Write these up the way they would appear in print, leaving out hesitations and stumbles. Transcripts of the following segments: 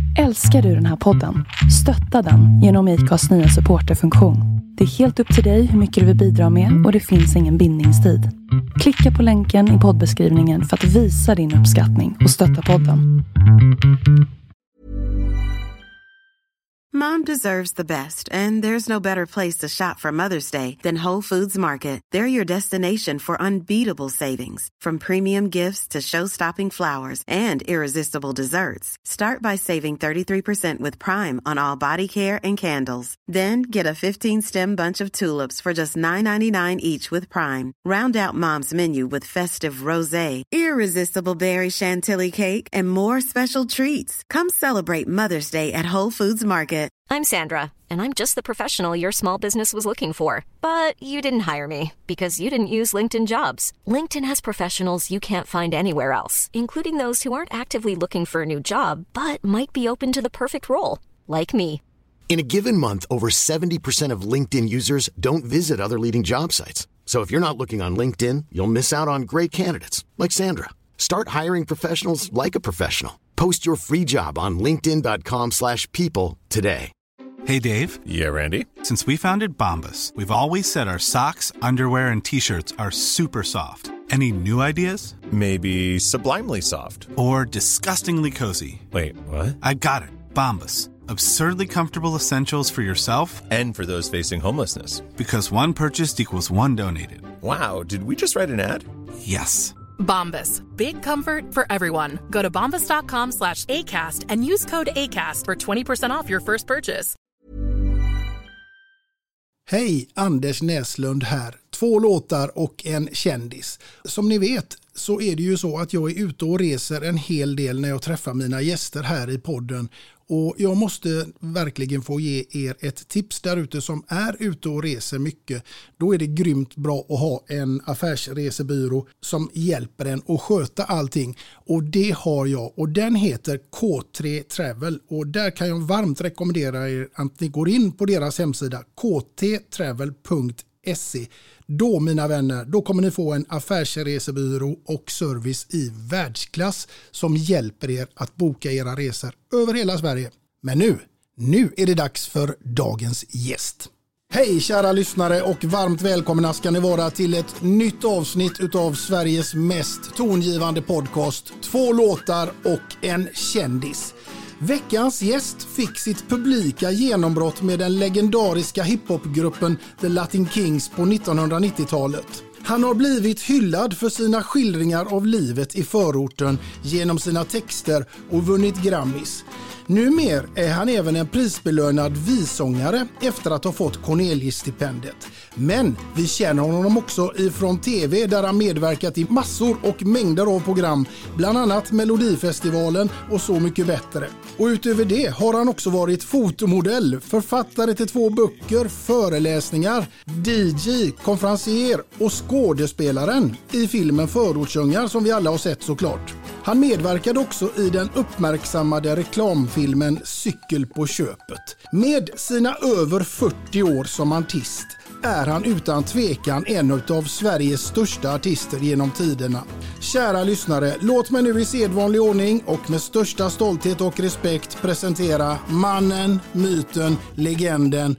Älskar du den här podden? Stötta den genom IKAs nya supporterfunktion. Det är helt upp till dig hur mycket du vill bidra med och det finns ingen bindningstid. Klicka på länken i poddbeskrivningen för att visa din uppskattning och stötta podden. Mom deserves the best, and there's no better place to shop for Mother's Day than Whole Foods Market. They're your destination for unbeatable savings, from premium gifts to show-stopping flowers and irresistible desserts. Start by saving 33% with Prime on all body care and candles. Then get a 15-stem bunch of tulips for just $9.99 each with Prime. Round out Mom's menu with festive rosé, irresistible berry chantilly cake, and more special treats. Come celebrate Mother's Day at Whole Foods Market. I'm Sandra, and I'm just the professional your small business was looking for. But you didn't hire me because you didn't use LinkedIn Jobs. LinkedIn has professionals you can't find anywhere else, including those who aren't actively looking for a new job, but might be open to the perfect role, like me. In a given month, over 70% of LinkedIn users don't visit other leading job sites. So if you're not looking on LinkedIn, you'll miss out on great candidates, like Sandra. Start hiring professionals like a professional. Post your free job on linkedin.com/people today. Hey, Dave. Yeah, Randy. Since we founded Bombas, we've always said our socks, underwear, and T-shirts are super soft. Any new ideas? Maybe sublimely soft. Or disgustingly cozy. Wait, what? I got it. Bombas. Absurdly comfortable essentials for yourself and for those facing homelessness. Because one purchased equals one donated. Wow, did we just write an ad? Yes. Bombas. Big comfort for everyone. Go to bombas.com/ACAST and use code ACAST for 20% off your first purchase. Hej, Anders Näslund här. 2 låtar och en kändis. Som ni vet så är det ju så att jag är ute och reser en hel del när jag träffar mina gäster här i podden. Och jag måste verkligen få ge er ett tips där ute som är ute och reser mycket. Då är det grymt bra att ha en affärsresebyrå som hjälper en att sköta allting. Och det har jag, och den heter K3 Travel. Och där kan jag varmt rekommendera er att ni går in på deras hemsida kttravel.se. Då, mina vänner, då kommer ni få en affärsresebyrå och service i världsklass som hjälper er att boka era resor över hela Sverige. Men nu är det dags för dagens gäst. Hej kära lyssnare och varmt välkomna ska ni vara till ett nytt avsnitt utav Sveriges mest tongivande podcast. 2 låtar och en kändis. Veckans gäst fick sitt publika genombrott med den legendariska hiphopgruppen The Latin Kings på 1990-talet. Han har blivit hyllad för sina skildringar av livet i förorten genom sina texter och vunnit Grammys. Numer är han även en prisbelönad vissångare efter att ha fått Cornelis-stipendiet. Men vi känner honom också ifrån tv där han medverkat i massor och mängder av program, bland annat Melodifestivalen och Så mycket bättre. Och utöver det har han också varit fotomodell, författare till 2 böcker, föreläsningar, DJ, konferencier och skådespelaren i filmen Förortsungar som vi alla har sett såklart. Han medverkade också i den uppmärksammade reklamfilmen Cykel på köpet. Med sina över 40 år som artist är han utan tvekan en av Sveriges största artister genom tiderna. Kära lyssnare, låt mig nu i sedvanlig ordning och med största stolthet och respekt presentera mannen, myten, legenden,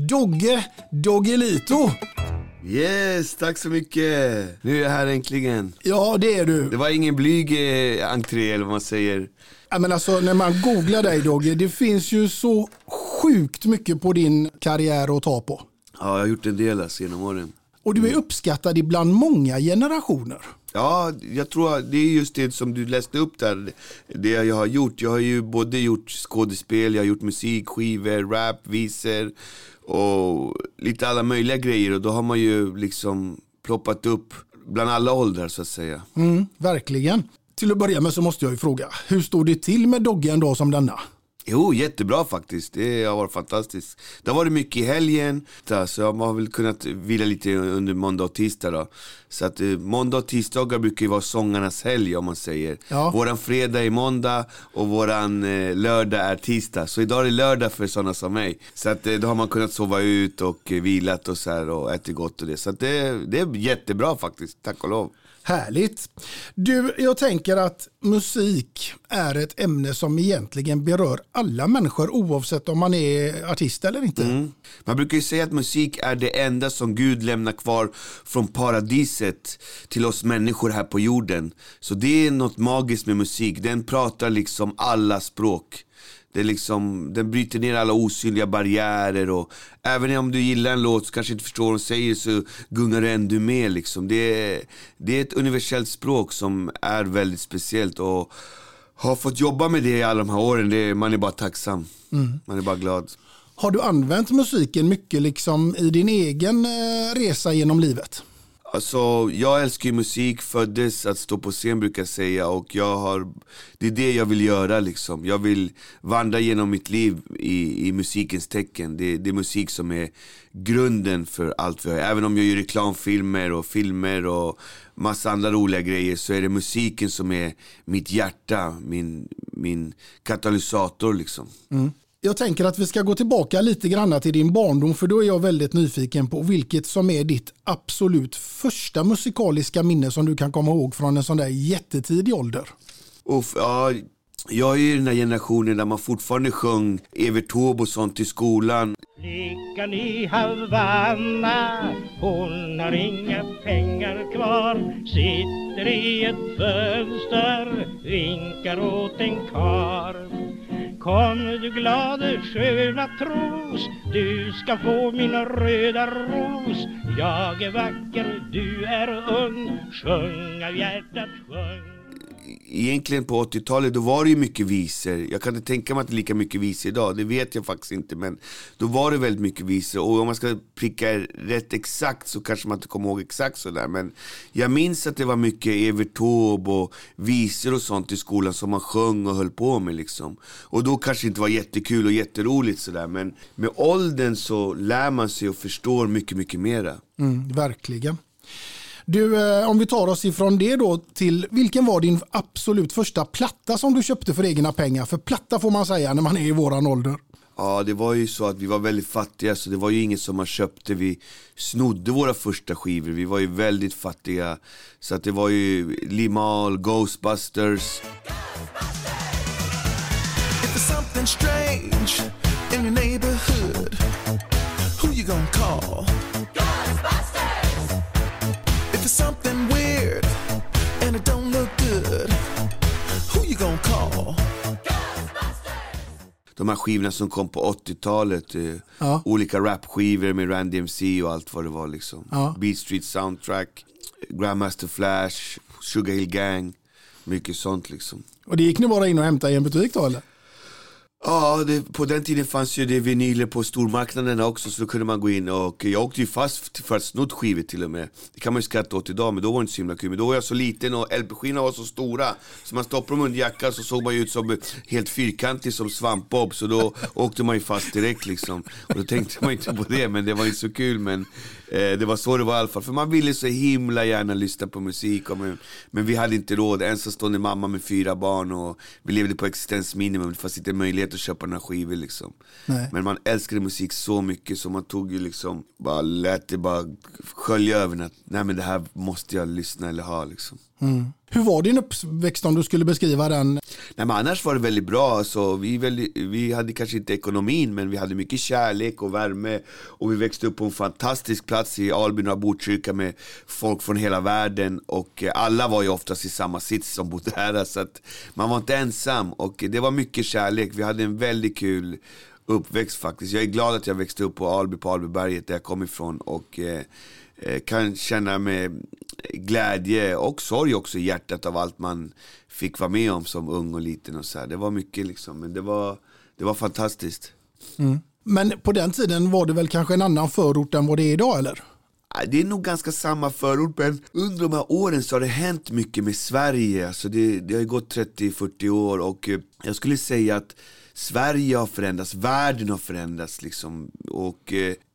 Doggelito. Yes, tack så mycket. Nu är jag här äntligen. Ja, det är du. Det var ingen blyg entré eller vad man säger. Ja, men alltså, när man googlar dig, Dogge, det finns ju så sjukt mycket på din karriär att ta på. Ja, jag har gjort en del alltså genom åren. Och du är uppskattad ibland många generationer. Ja, jag tror det är just det som du läste upp där. Det jag har gjort. Jag har ju både gjort skådespel, jag har gjort musik, skivor, rap, visor och lite alla möjliga grejer. Och då har man ju liksom ploppat upp bland alla åldrar så att säga. Verkligen. Till att börja med så måste jag ju fråga, hur står det till med Dogge en dag som denna? Jo, jättebra faktiskt. Det har varit fantastiskt. Det har varit mycket i helgen. Så jag har väl kunnat vila lite under måndag och tisdag då. Så att måndag och tisdagar brukar ju vara sångarnas helg om man säger. Ja. Våran fredag är måndag och våran lördag är tisdag. Så idag är det lördag för sådana som mig. Så att då har man kunnat sova ut och vilat och så här och ätit gott och det. Så att det är jättebra faktiskt, tack och lov. Härligt. Du, jag tänker att musik är ett ämne som egentligen berör alla människor oavsett om man är artist eller inte. Man brukar ju säga att musik är det enda som Gud lämnar kvar från paradiset till oss människor här på jorden. Så det är något magiskt med musik. Den pratar liksom alla språk. Det är liksom, den bryter ner alla osynliga barriärer, och även om du gillar en låt så kanske inte förstår vad de säger, så gungar du ändå med liksom. Det är ett universellt språk som är väldigt speciellt, och har fått jobba med det i alla de här åren. Man är bara tacksam. Man är bara glad. Har du använt musiken mycket liksom i din egen resa genom livet? Alltså, jag älskar ju musik, föddes att stå på scen brukar jag säga, och det är det jag vill göra liksom. Jag vill vandra genom mitt liv i musikens tecken. Det är musik som är grunden för allt vi har. Även om jag gör reklamfilmer och filmer och massa andra roliga grejer, så är det musiken som är mitt hjärta, min katalysator liksom. Jag tänker att vi ska gå tillbaka lite grann till din barndom, för då är jag väldigt nyfiken på vilket som är ditt absolut första musikaliska minne som du kan komma ihåg från en sån där jättetidig ålder. Jag är ju den där generationen där man fortfarande sjöng Evert Taube och sånt i skolan. Flickan i Havanna, hon har inga pengar kvar, sitter i ett fönster, vinkar åt en kar. Kom du glade sköna tros, du ska få min röda ros. Jag är vacker, du är ung, sjung av hjärtat, sjung. Egentligen på 80-talet då var det ju mycket visor. Jag kan inte tänka mig att det är lika mycket visor idag. Det vet jag faktiskt inte, men då var det väldigt mycket visor. Och om man ska pricka rätt exakt så kanske man inte kommer ihåg exakt sådär. Men jag minns att det var mycket Evert Taube och visor och sånt i skolan som man sjöng och höll på med liksom. Och då kanske inte var jättekul och jätteroligt sådär. Men med åldern så lär man sig och förstår mycket, mycket mera. Verkligen. Du, om vi tar oss ifrån det då till, vilken var din absolut första platta som du köpte för egna pengar? För platta får man säga när man är i våran ålder. Ja, det var ju så att vi var väldigt fattiga, så det var ju inget som man köpte. Vi snodde våra första skivor. Vi var ju väldigt fattiga. Så att det var ju Limahl, Ghostbusters. If there's something strange in your neighborhood, who you gonna call? Something weird and it don't look good, who you gonna call? De här skivorna som kom på 80-talet, olika rapskivor med Randy MC och allt vad det var liksom. Beat Street Soundtrack, Grandmaster Flash, Sugar Hill Gang, mycket sånt liksom. Och det gick ni bara in och hämta i en butik då eller? Ja, på den tiden fanns ju det vinyler på stormarknaderna också, så då kunde man gå in, och jag åkte ju fast för att snott skivor till och med. Det kan man ju skratta åt idag, men då var det inte så himla kul. Men då var jag så liten och LP-skivorna var så stora, så man stoppade dem under jackan så såg man ju ut som helt fyrkantig som Svampbob, så då åkte man ju fast direkt liksom. Och då tänkte man inte på det, men det var inte så kul, men det var så det var i alla fall. För man ville så himla gärna lyssna på musik, men vi hade inte råd. Ensamstående mamma med 4 barn, och vi levde på existensminimum. Det fanns inte möjlighet att köpa några skivor liksom. Men man älskade musik så mycket, så man tog ju liksom, bara lät det bara skölja över att nej, men det här måste jag lyssna eller ha liksom. Hur var din uppväxt om du skulle beskriva den? Nej, men annars var det väldigt bra. Alltså, vi hade kanske inte ekonomin, men vi hade mycket kärlek och värme, och vi växte upp på en fantastisk plats i Alby och Botkyrka med folk från hela världen, och alla var ju oftast i samma sits som bodde här, så att man var inte ensam, och det var mycket kärlek. Vi hade en väldigt kul uppväxt faktiskt. Jag är glad att jag växte upp på Albyberget där jag kom ifrån, och kan känna med glädje och sorg också i hjärtat av allt man fick vara med om som ung och liten och så här. Det var mycket liksom, men det var fantastiskt. Men på den tiden var det väl kanske en annan förort än vad det är idag, eller? Det är nog ganska samma förort, men under de här åren så har det hänt mycket med Sverige. Alltså det har ju gått 30-40 år, och jag skulle säga att Sverige har förändrats, världen har förändrats liksom. Och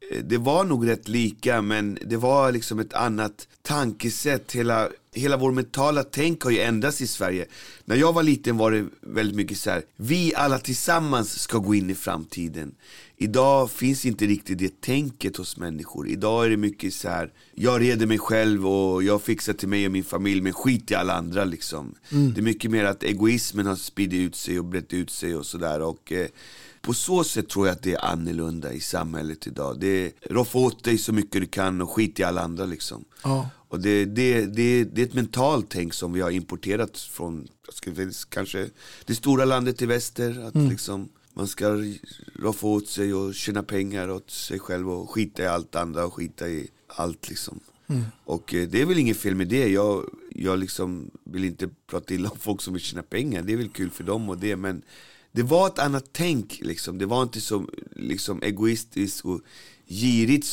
det var nog rätt lika, men det var liksom ett annat tankesätt. Hela vår mentala tänk har ju ändrats i Sverige. När jag var liten var det väldigt mycket så här: vi alla tillsammans ska gå in i framtiden. Idag finns inte riktigt det tänket hos människor. Idag är det mycket så här: jag reder mig själv och jag fixar till mig och min familj, men skit i alla andra liksom. Det är mycket mer att egoismen har spridit ut sig och brett ut sig och sådär. Och på så sätt tror jag att det är annorlunda i samhället idag. Det är roffa åt dig så mycket du kan och skit i alla andra liksom. Ja. Och det är ett mentalt tänk som vi har importerat från kanske det stora landet i väster. Att liksom man ska roffa åt sig och tjäna pengar åt sig själv och skita i allt andra och skita i allt liksom. Och det är väl inget fel med det. Jag liksom vill inte prata illa om folk som vill tjäna pengar. Det är väl kul för dem och det, men det var ett annat tänk liksom. Det var inte så liksom egoistiskt och girigt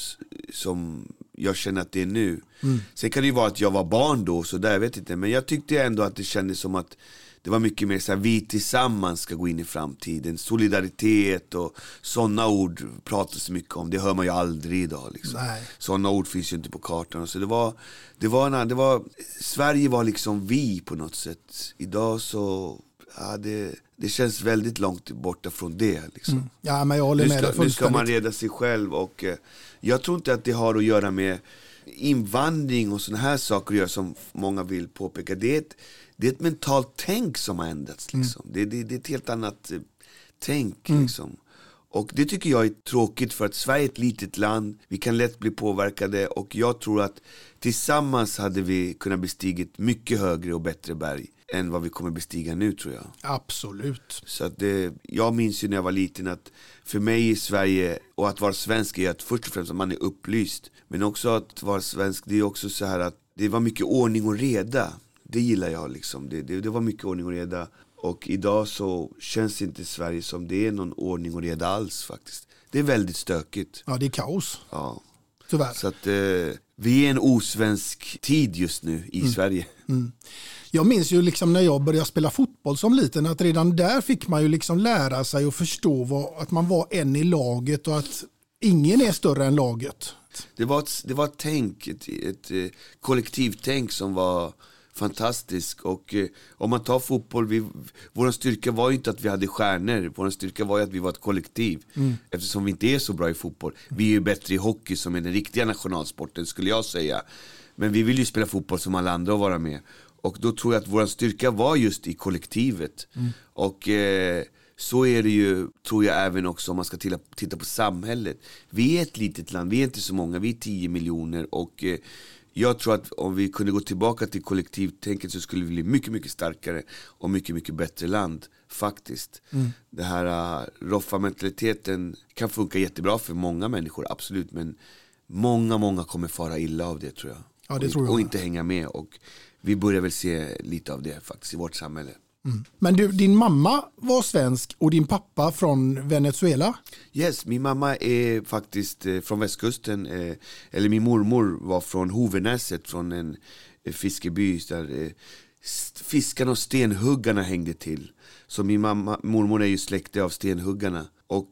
som jag känner att det är nu. Sen kan det ju vara att jag var barn då, så där, jag vet inte. Men jag tyckte ändå att det kändes som att det var mycket mer så här: vi tillsammans ska gå in i framtiden. Solidaritet och sådana ord pratas mycket om. Det hör man ju aldrig idag liksom. Sådana ord finns ju inte på kartan. Så det var Sverige var liksom vi på något sätt. Idag så det känns väldigt långt borta från det liksom. Ja, men jag håller med dig fullständigt. Nu ska man reda sig själv, och jag tror inte att det har att göra med invandring och såna här saker att göra, som många vill påpeka. Det är ett mentalt tänk som har ändrats liksom. Det är ett helt annat tänk liksom. Och det tycker jag är tråkigt, för att Sverige är ett litet land. Vi kan lätt bli påverkade, och jag tror att tillsammans hade vi kunnat bestigit mycket högre och bättre berg än vad vi kommer bestiga nu, tror jag. Absolut. Så att jag minns ju när jag var liten att för mig i Sverige, och att vara svensk, är att först och främst att man är upplyst. Men också att vara svensk, det är också så här att det var mycket ordning och reda. Det gillar jag liksom. Det var mycket ordning och reda. Och idag så känns inte Sverige som det är någon ordning och reda alls faktiskt. Det är väldigt stökigt. Ja, det är kaos. Ja. Tyvärr. Så att vi är en osvensk tid just nu i Sverige. Jag minns ju liksom när jag började spela fotboll som liten, att redan där fick man ju liksom lära sig och förstå att man var en i laget och att ingen är större än laget. Det var ett tänk, ett kollektivtänk som var fantastisk. Och om man tar fotboll, vår styrka var ju inte att vi hade stjärnor. Vår styrka var ju att vi var ett kollektiv. Eftersom vi inte är så bra i fotboll. Vi är ju bättre i hockey, som är den riktiga nationalsporten, skulle jag säga. Men vi vill ju spela fotboll som alla andra och vara med. Och då tror jag att vår styrka var just i kollektivet. Och så är det ju, tror jag, även också om man ska titta på samhället. Vi är ett litet land, vi är inte så många, vi är 10 miljoner. Och jag tror att om vi kunde gå tillbaka till kollektivtänket så skulle vi bli mycket, mycket starkare och mycket, mycket bättre land faktiskt. Det här roffa-mentaliteten kan funka jättebra för många människor, absolut. Men många kommer fara illa av det, tror jag. Ja, det tror jag. Och inte hänga med. Och vi börjar väl se lite av det faktiskt i vårt samhälle. Men din mamma var svensk och din pappa från Venezuela? Yes, min mamma är faktiskt från västkusten. Eller min mormor var från Hovernäset, från en fiskeby där fiskarna och stenhuggarna hängde till. Så min mormor är ju släkte av stenhuggarna. Och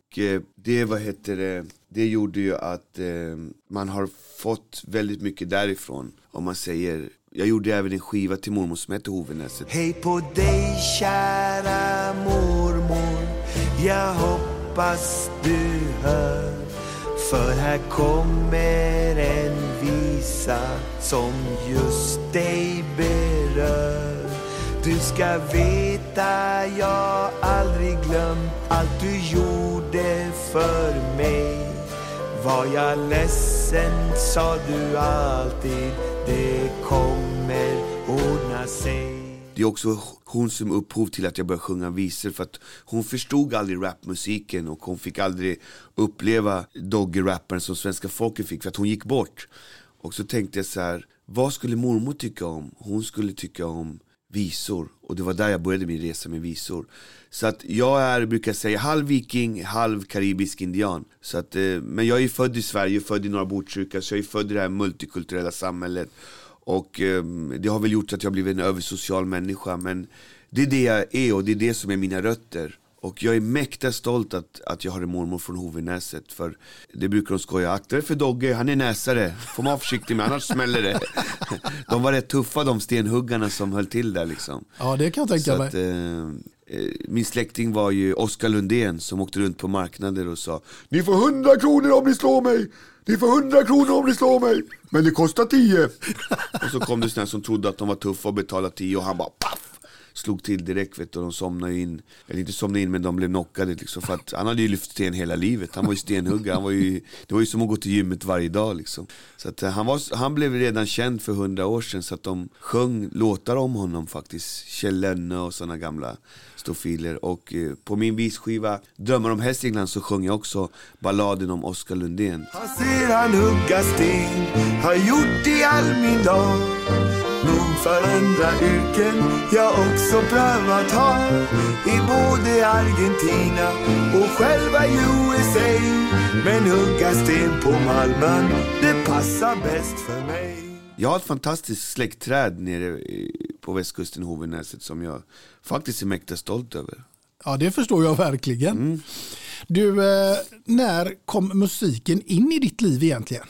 det gjorde ju att man har fått väldigt mycket därifrån. Om man säger, jag gjorde även en skiva till mormor som heter Hovernäset. Hej på dig kära mormor, jag hoppas du hör. För här kommer en visa som just dig berör. Du ska veta jag aldrig glömt allt du gjorde för mig. Var jag ledsen sa du alltid, det kommer ordna sig. Det är också hon som upphov till att jag började sjunga visor, för att hon förstod aldrig rapmusiken och hon fick aldrig uppleva doggy-rapparen som svenska folket fick, för att hon gick bort. Och så tänkte jag så här, vad skulle mormor tycka om? Hon skulle tycka om visor, och det var där jag började min resa med visor. Så att jag brukar säga, halv viking, halv karibisk indian. Så att, men jag är född i Sverige, född i Norra Botkyrka, så jag är född i det här multikulturella samhället. Och det har väl gjort att jag blivit en översocial människa, men det är det jag är och det är det som är mina rötter. Och jag är mäkta stolt att jag har en mormor från Hovenäset. För det brukar de skoja, akta dig för Dogge, han är näsare. Får man vara försiktig med, annars smäller det. De var rätt tuffa, de stenhuggarna som höll till där liksom. Ja, det kan jag tänka mig. Min släkting var ju Oskar Lundén som åkte runt på marknader och sa: ni får 100 kronor om ni slår mig. Ni får 100 kronor om ni slår mig. Men det kostar 10. Och så kom det sådana som trodde att de var tuffa och betalade 10. Och han bara paff, slog till direkt, vet du, och de somnade in. Eller inte somnade in, men de blev knockade liksom, för att han hade ju lyft sten hela livet. Han var ju stenhuggare. Det var ju som att gå till gymmet varje dag liksom. Så att han blev redan känd för 100 år sedan. Så att de sjöng låtar om honom faktiskt. Kjell Lönne och sådana gamla stofiler. Och på min visskiva Drömmar om Hälsingland så sjöng jag också balladen om Oskar Lundén. Han ser han hugga sten, har gjort i all min dag. Nog för andra yrken jag också prövat ha. I både Argentina och själva USA. Men hugga sten på Malmön, det passar bäst för mig. Jag har ett fantastiskt släktträd nere på västkusten i Hovenäset som jag faktiskt är mäkta stolt över. Ja, det förstår jag verkligen. Du, när kom musiken in i ditt liv egentligen?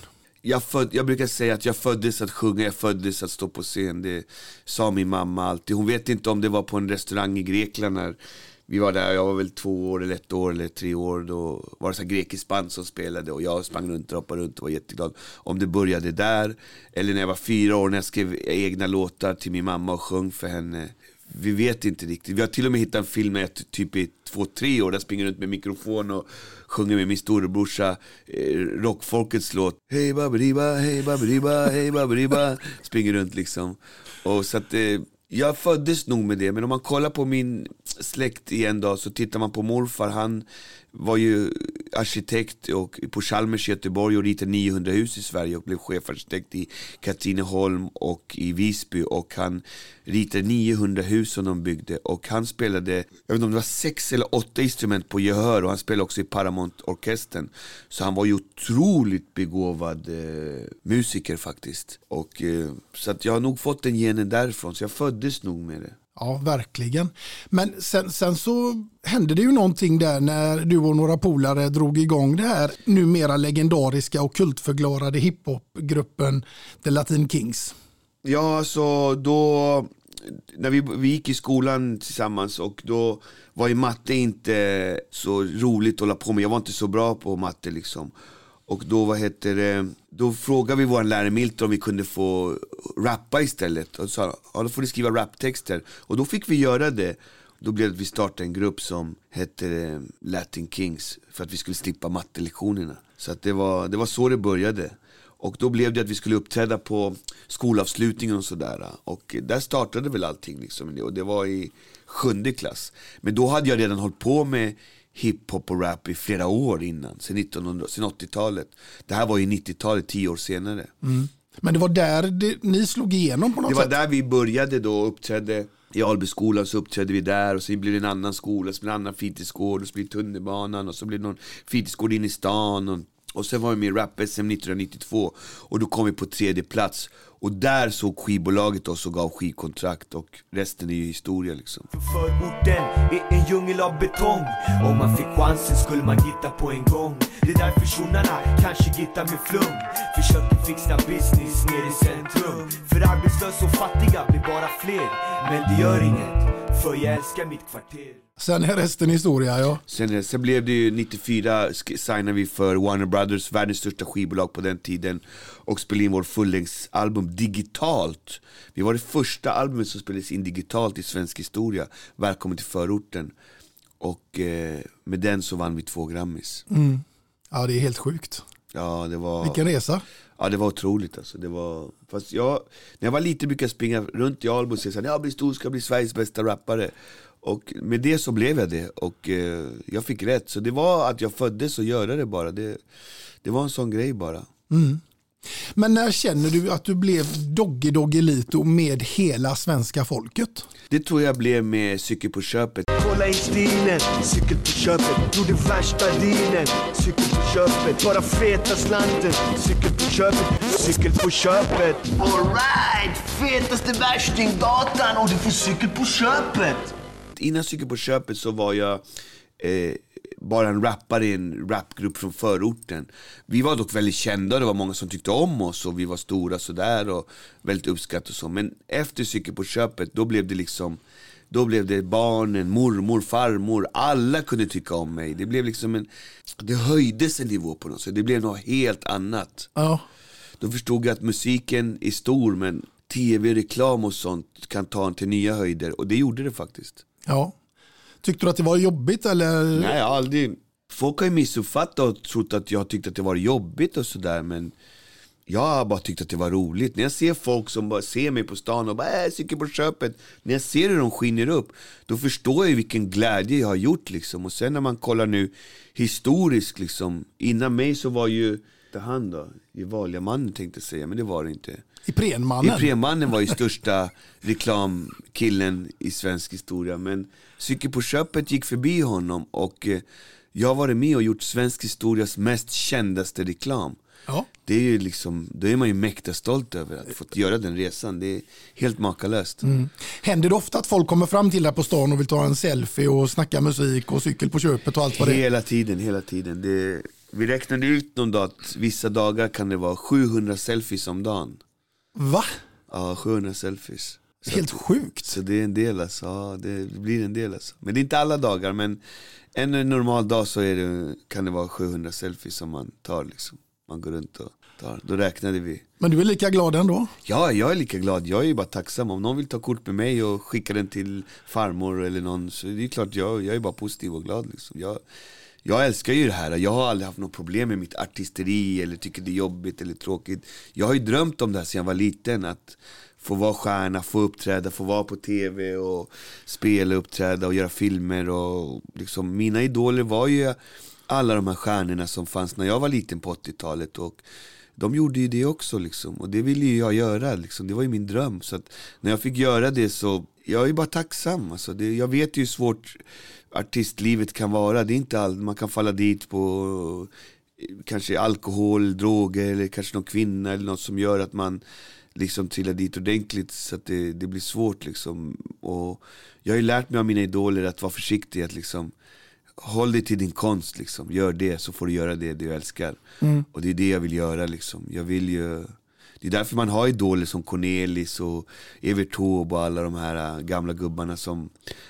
Jag brukar säga att jag föddes att sjunga, jag föddes att stå på scen. Det sa min mamma alltid. Hon vet inte om det var på en restaurang i Grekland när vi var där. Jag var väl 2 år eller 1 år eller 3 år. Då var det så här grekisk band som spelade och jag sprang runt och hoppade runt och var jätteglad. Om det började där eller när jag var 4 år när jag skrev egna låtar till min mamma och sjöng för henne. Vi vet inte riktigt. Vi har till och med hittat en film när jag typ är 2-3 år. Där springer runt med mikrofon och sjunger med min storebrorsa rockfolkets låt. Hej baberiba, hej baberiba, hej baberiba. Springer runt liksom. Och så att jag föddes nog med det. Men om man kollar på min släkt igen då, så tittar man på morfar. Han var ju arkitekt och på Chalmers i Göteborg och ritade 900 hus i Sverige och blev chefarkitekt i Katrineholm och i Visby, och han ritade 900 hus som de byggde, och han spelade, jag vet inte om det var 6 eller 8 instrument på gehör, och han spelade också i Paramount-orkestern, så han var ju otroligt begåvad musiker faktiskt, och så att jag har nog fått den genen därifrån, så jag föddes nog med det. Ja, verkligen. Men sen så hände det ju någonting där när du och några polare drog igång det här numera legendariska och kultförklarade hiphopgruppen The Latin Kings. Ja, så då när vi gick i skolan tillsammans, och då var ju matte inte så roligt att hålla på med. Jag var inte så bra på matte liksom. Och då då frågade vi vår lärare Milton om vi kunde få rappa istället. Och sa, ja, då får du skriva raptexter. Och då fick vi göra det. Då blev det att vi startade en grupp som hette Latin Kings, för att vi skulle slippa mattelektionerna. Så att det var så det började. Och då blev det att vi skulle uppträda på skolavslutningen och sådär. Och där startade väl allting liksom. Och det var i 7:e klass. Men då hade jag redan hållit på med hiphop och rap i flera år innan, sen 80-talet. Det här var ju 90-talet, 10 år senare. Mm. Men det var där ni slog igenom på något sätt? Det var där vi började då, uppträdde i Albyskolan, så uppträdde vi där, och så blev det en annan skola, så blev det en annan fritidsgård, och så blev det tunnelbanan, och så blev det någon fritidsgård in i stan, och sen var vi med i Rap-SM 1992, och då kom vi på 3:e plats. Och där såg skivbolaget oss och gav skivkontrakt, och resten är ju historia liksom. Förorten är en djungel av betong. Om man fick chansen skulle man gitta på en gång. Det är därför tjonarna kanske gittar med flum. Försöker fixa business ner i centrum. För arbetslösa och fattiga blir bara fler. Men det gör inget, för jag älskar mitt kvarter. Sen är resten historia, ja. Sen blev det ju 94, signade vi för Warner Brothers, världens största skivbolag på den tiden, och spelade in vår fullängdsalbum digitalt. Vi var det första albumet som spelades in digitalt i svensk historia. Välkommen till förorten. Och med den så vann vi 2 Grammys. Mm. Ja, det är helt sjukt. Ja, det var... Vilken resa. Ja, det var otroligt alltså. Det var... Fast när jag var liten brukade jag springa runt i Alby och säga jag blir stor, ska bli Sveriges bästa rappare. Och med det så blev jag det. Och jag fick rätt. Så det var att jag föddes och göra det bara. Det var en sån grej bara. Mm. Men när känner du att du blev Doggelito med hela svenska folket? Det tror jag blev med Cykel på köpet. Kolla in stilen, cykel på köpet. Gjorde värsta dealen, cykel på köpet. Bara feta slanten, cykel på köpet. Cykel på köpet. All right, fetaste värsting gatan, och du får cykel på köpet. Innan Cykel på köpet så var jag bara en rappare i en rapgrupp från förorten. Vi var dock väldigt kända, det var många som tyckte om oss och vi var stora sådär och väldigt uppskattade och så. Men efter Cykel på köpet, då blev det barnen, mormor, farmor, alla kunde tycka om mig. Det blev liksom det höjdes en nivå på något sätt. Det blev något helt annat. Ja. Då förstod jag att musiken är stor, men tv, reklam och sånt kan ta en till nya höjder. Och det gjorde det faktiskt. Ja. Tyckte du att det var jobbigt eller? Nej, aldrig. Folk har ju missuppfattat och trott att jag tyckte att det var jobbigt och sådär, men jag har bara tyckt att det var roligt. När jag ser folk som bara ser mig på stan och bara Cykel på köpet, när jag ser hur de skiner upp, då förstår jag ju vilken glädje jag har gjort liksom. Och sen när man kollar nu historiskt liksom, innan mig så var ju han då, i vanliga mannen tänkte jag säga, men det var det inte. Iprenmannen var ju största reklamkillen i svensk historia, men Cykel på köpet gick förbi honom och jag har varit med och gjort svensk historias mest kändaste reklam. Ja. Det är ju liksom, då är man ju mäkta stolt över att få göra den resan. Det är helt makalöst. Händer det ofta att folk kommer fram till dig på stan och vill ta en selfie och snacka musik och Cykel på köpet och allt vad det är? Hela tiden. Vi räknade ut någon dag att vissa dagar kan det vara 700 selfies om dagen. Va? Ja, 700 selfies. Helt sjukt. Så det är en del alltså. Ja, det blir en del alltså. Men det är inte alla dagar, men en normal dag så kan det vara 700 selfies som man tar liksom. Man går runt och tar. Då räknade vi. Men du är lika glad ändå? Ja, jag är lika glad. Jag är ju bara tacksam. Om någon vill ta kort med mig och skicka den till farmor eller någon, så det är klart jag är bara positiv och glad liksom. Jag älskar ju det här. Jag har aldrig haft något problem med mitt artisteri eller tycker det är jobbigt eller tråkigt. Jag har ju drömt om det här sedan jag var liten, att få vara stjärna, få uppträda, få vara på tv och spela, uppträda och göra filmer. Och liksom, mina idoler var ju alla de här stjärnorna som fanns när jag var liten på 80-talet, och de gjorde ju det också liksom. Och det ville ju jag göra liksom. Det var ju min dröm. Så att när jag fick göra det så, jag är ju bara tacksam alltså. Jag vet ju hur svårt artistlivet kan vara. Det är inte allt, man kan falla dit på kanske alkohol, droger eller kanske någon kvinna eller något som gör att man liksom trillar dit ordentligt, så att det blir svårt liksom. Och jag har ju lärt mig av mina idoler att vara försiktig, att liksom håll dig till din konst liksom. Gör det, så får du göra det du älskar. Och det är det jag vill göra liksom. Det är därför man har idoler som Cornelis och Evert Taube och alla de här gamla gubbarna som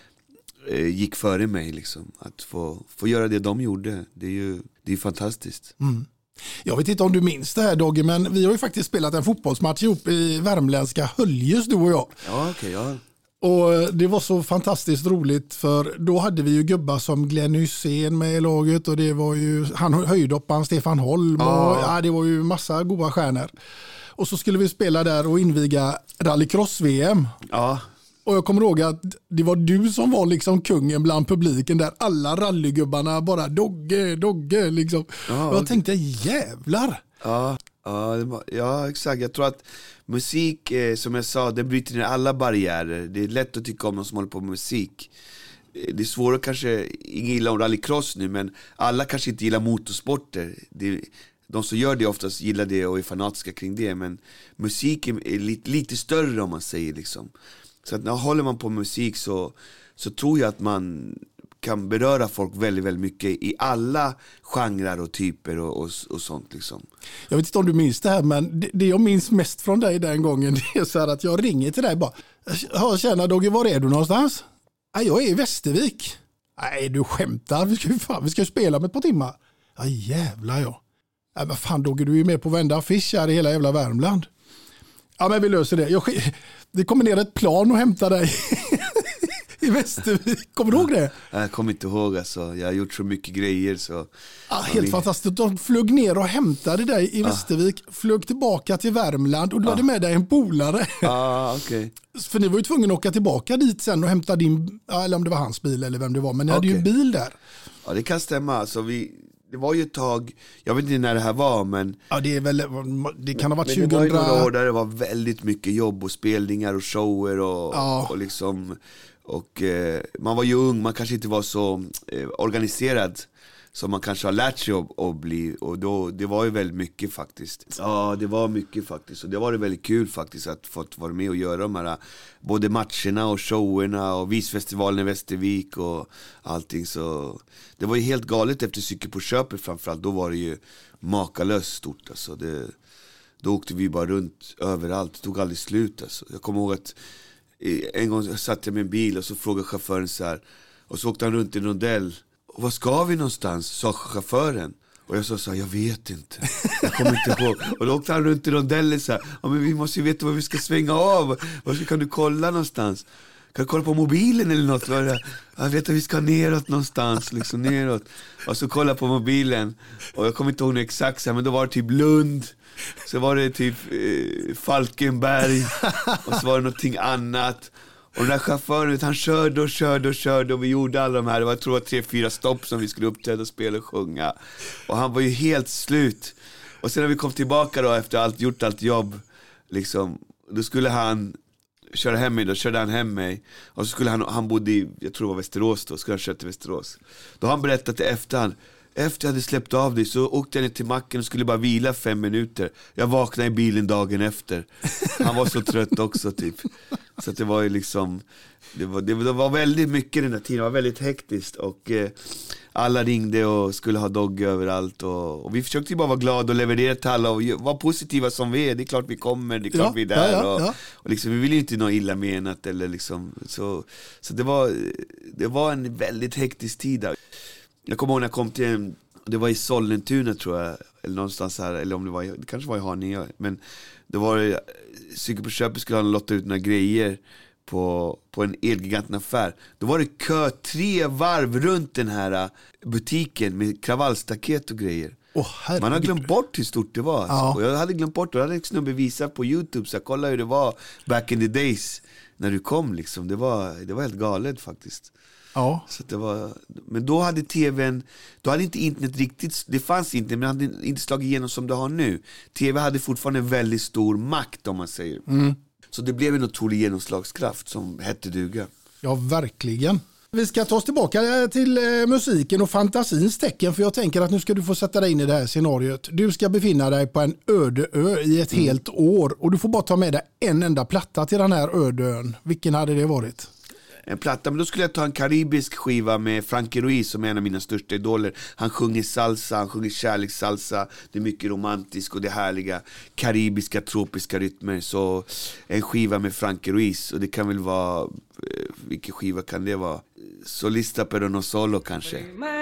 gick före mig liksom. Att få göra det de gjorde, det är fantastiskt. Jag vet inte om du minns det här, Dogge, men vi har ju faktiskt spelat en fotbollsmatch ihop i värmländska Höljes, du och jag. Ja, okej, ja. Och det var så fantastiskt roligt, för då hade vi ju gubbar som Glenn Hysén med i laget, och det var ju höjdhopparen Stefan Holm och det var ju massa goda stjärnor. Och så skulle vi spela där och inviga rallycross-VM. Ja. Och jag kommer ihåg att det var du som var liksom kungen bland publiken, där alla rallygubbarna bara Dogge liksom. Ja, och jag tänkte jävlar. Ja, exakt. Jag tror att musik, som jag sa, det bryter ner alla barriärer. Det är lätt att tycka om någon som håller på med musik. Det är svårt, kanske ingen gillar om rallycross nu, men alla kanske inte gillar motorsporter. De som gör det oftast gillar det och är fanatiska kring det, men musik är lite större, om man säger liksom. Så att när håller man på musik så tror jag att man kan beröra folk väldigt, väldigt mycket i alla genrer och typer och sånt liksom. Jag vet inte om du minns det här, men det jag minns mest från dig den gången, det är så här att jag ringer till dig bara. Tjena Dogge, var är du någonstans? Jag är i Västervik. Nej, du skämtar. Vi ska ju spela med ett par timmar. Ja, jävlar ja. Men fan Dogge, du är ju med på varenda affisch här i hela jävla Värmland. Ja, men vi löser det. Det kommer ner ett plan och hämtar dig i Västervik. Kommer du ihåg det? Jag kommer inte ihåg alltså. Jag har gjort så mycket grejer så. Helt fantastiskt. De flög ner och hämtade dig i Västervik, flög tillbaka till Värmland och du hade med dig en polare. Okay. För ni var ju tvungna att åka tillbaka dit sen och hämta din, eller om det var hans bil eller vem det var, men ni hade ju en bil där. Ja, det kan stämma. Alltså det var ju ett tag, jag vet inte när det här var, men ja, det kan ha varit 2000. Det var ju några år där det var väldigt mycket jobb och spelningar och shower och liksom, och man var ju ung, man kanske inte var så organiserad. som man kanske har lärt sig att bli. Och då, det var ju väldigt mycket faktiskt. Ja, det var mycket faktiskt. Och det var väldigt kul faktiskt att få vara med och göra de här både matcherna och showerna och visfestivalen i Västervik och allting. Så det var ju helt galet efter Cykel på köpet framförallt. Då var det ju makalöst stort alltså. Då åkte vi bara runt överallt. Det tog aldrig slut alltså. Jag kommer ihåg att en gång satt jag med en bil och så frågade chauffören så här. Och så åkte han runt i en rondell. Och vad ska vi någonstans? Sa chauffören. Och jag sa så här, jag vet inte. Jag kommer inte ihåg. Och då åkte han runt i rondellen så här. Ja, men vi måste ju veta vad vi ska svänga av. Kan du kolla någonstans? Kan du kolla på mobilen eller något? Jag vet att vi ska neråt någonstans. Liksom neråt. Och så kolla på mobilen. Och jag kommer inte ihåg exakt så här, men då var det typ Lund. Så var det typ Falkenberg. Och så var det någonting annat. Och den där chauffören, han körde och vi gjorde alla de här. Jag tror det var 3-4 stopp som vi skulle uppträda och spela och sjunga. Och han var ju helt slut. Och sen när vi kom tillbaka då efter gjort allt jobb liksom, då skulle han köra hem mig. Då körde han hem mig. Och så skulle han bodde i, jag tror det var Västerås då, skulle han köra till Västerås. Då har han berättat det efter jag hade släppt av dig så åkte jag ner till macken och skulle bara vila 5 minuter. Jag vaknade i bilen dagen efter. Han var så trött också typ. Så att det var ju liksom det var väldigt mycket den där tiden. Det var väldigt hektiskt och alla ringde och skulle ha dogg överallt och vi försökte ju bara vara glada och leverera till alla och vara positiva som vi är. Det är klart vi kommer, det är klart vi är där och liksom, vi vill ju inte nå illa menat eller liksom så det var en väldigt hektisk tid där. Jag kommer ihåg när jag kom till det var i Sollentuna tror jag eller någonstans här eller om det kanske var i Haninge, men det var Cykel på köpet skulle han lotta ut några grejer på en Elgiganten-affär. Då var det kö 3 varv runt den här butiken med kravallstaket och grejer. Man har glömt bort hur stort det var. Ja. Och jag hade glömt bort det. Jag hade en snubbe visat på YouTube så jag kollade hur det var back in the days när du kom liksom. Det var helt galet faktiskt. Ja. Så det var, men då hade tvn, då hade inte internet riktigt, det fanns inte, men hade inte slagit igenom som det har nu. TV hade fortfarande en väldigt stor makt om man säger. Så det blev en otrolig genomslagskraft som hette duga. Ja, verkligen. Vi ska ta oss tillbaka till musiken och fantasins tecken, för jag tänker att nu ska du få sätta dig in i det här scenariot. Du ska befinna dig på en öde ö i ett helt år och du får bara ta med dig en enda platta till den här öde ön. Vilken hade det varit? En platta, men då skulle jag ta en karibisk skiva med Frankie Ruiz som är en av mina största idoler. Han sjunger salsa, han sjunger kärlekssalsa. Det är mycket romantiskt och det härliga karibiska, tropiska rytmer. Så en skiva med Frankie Ruiz, och det kan väl vara, vilken skiva kan det vara? Solista pero no solo kanske.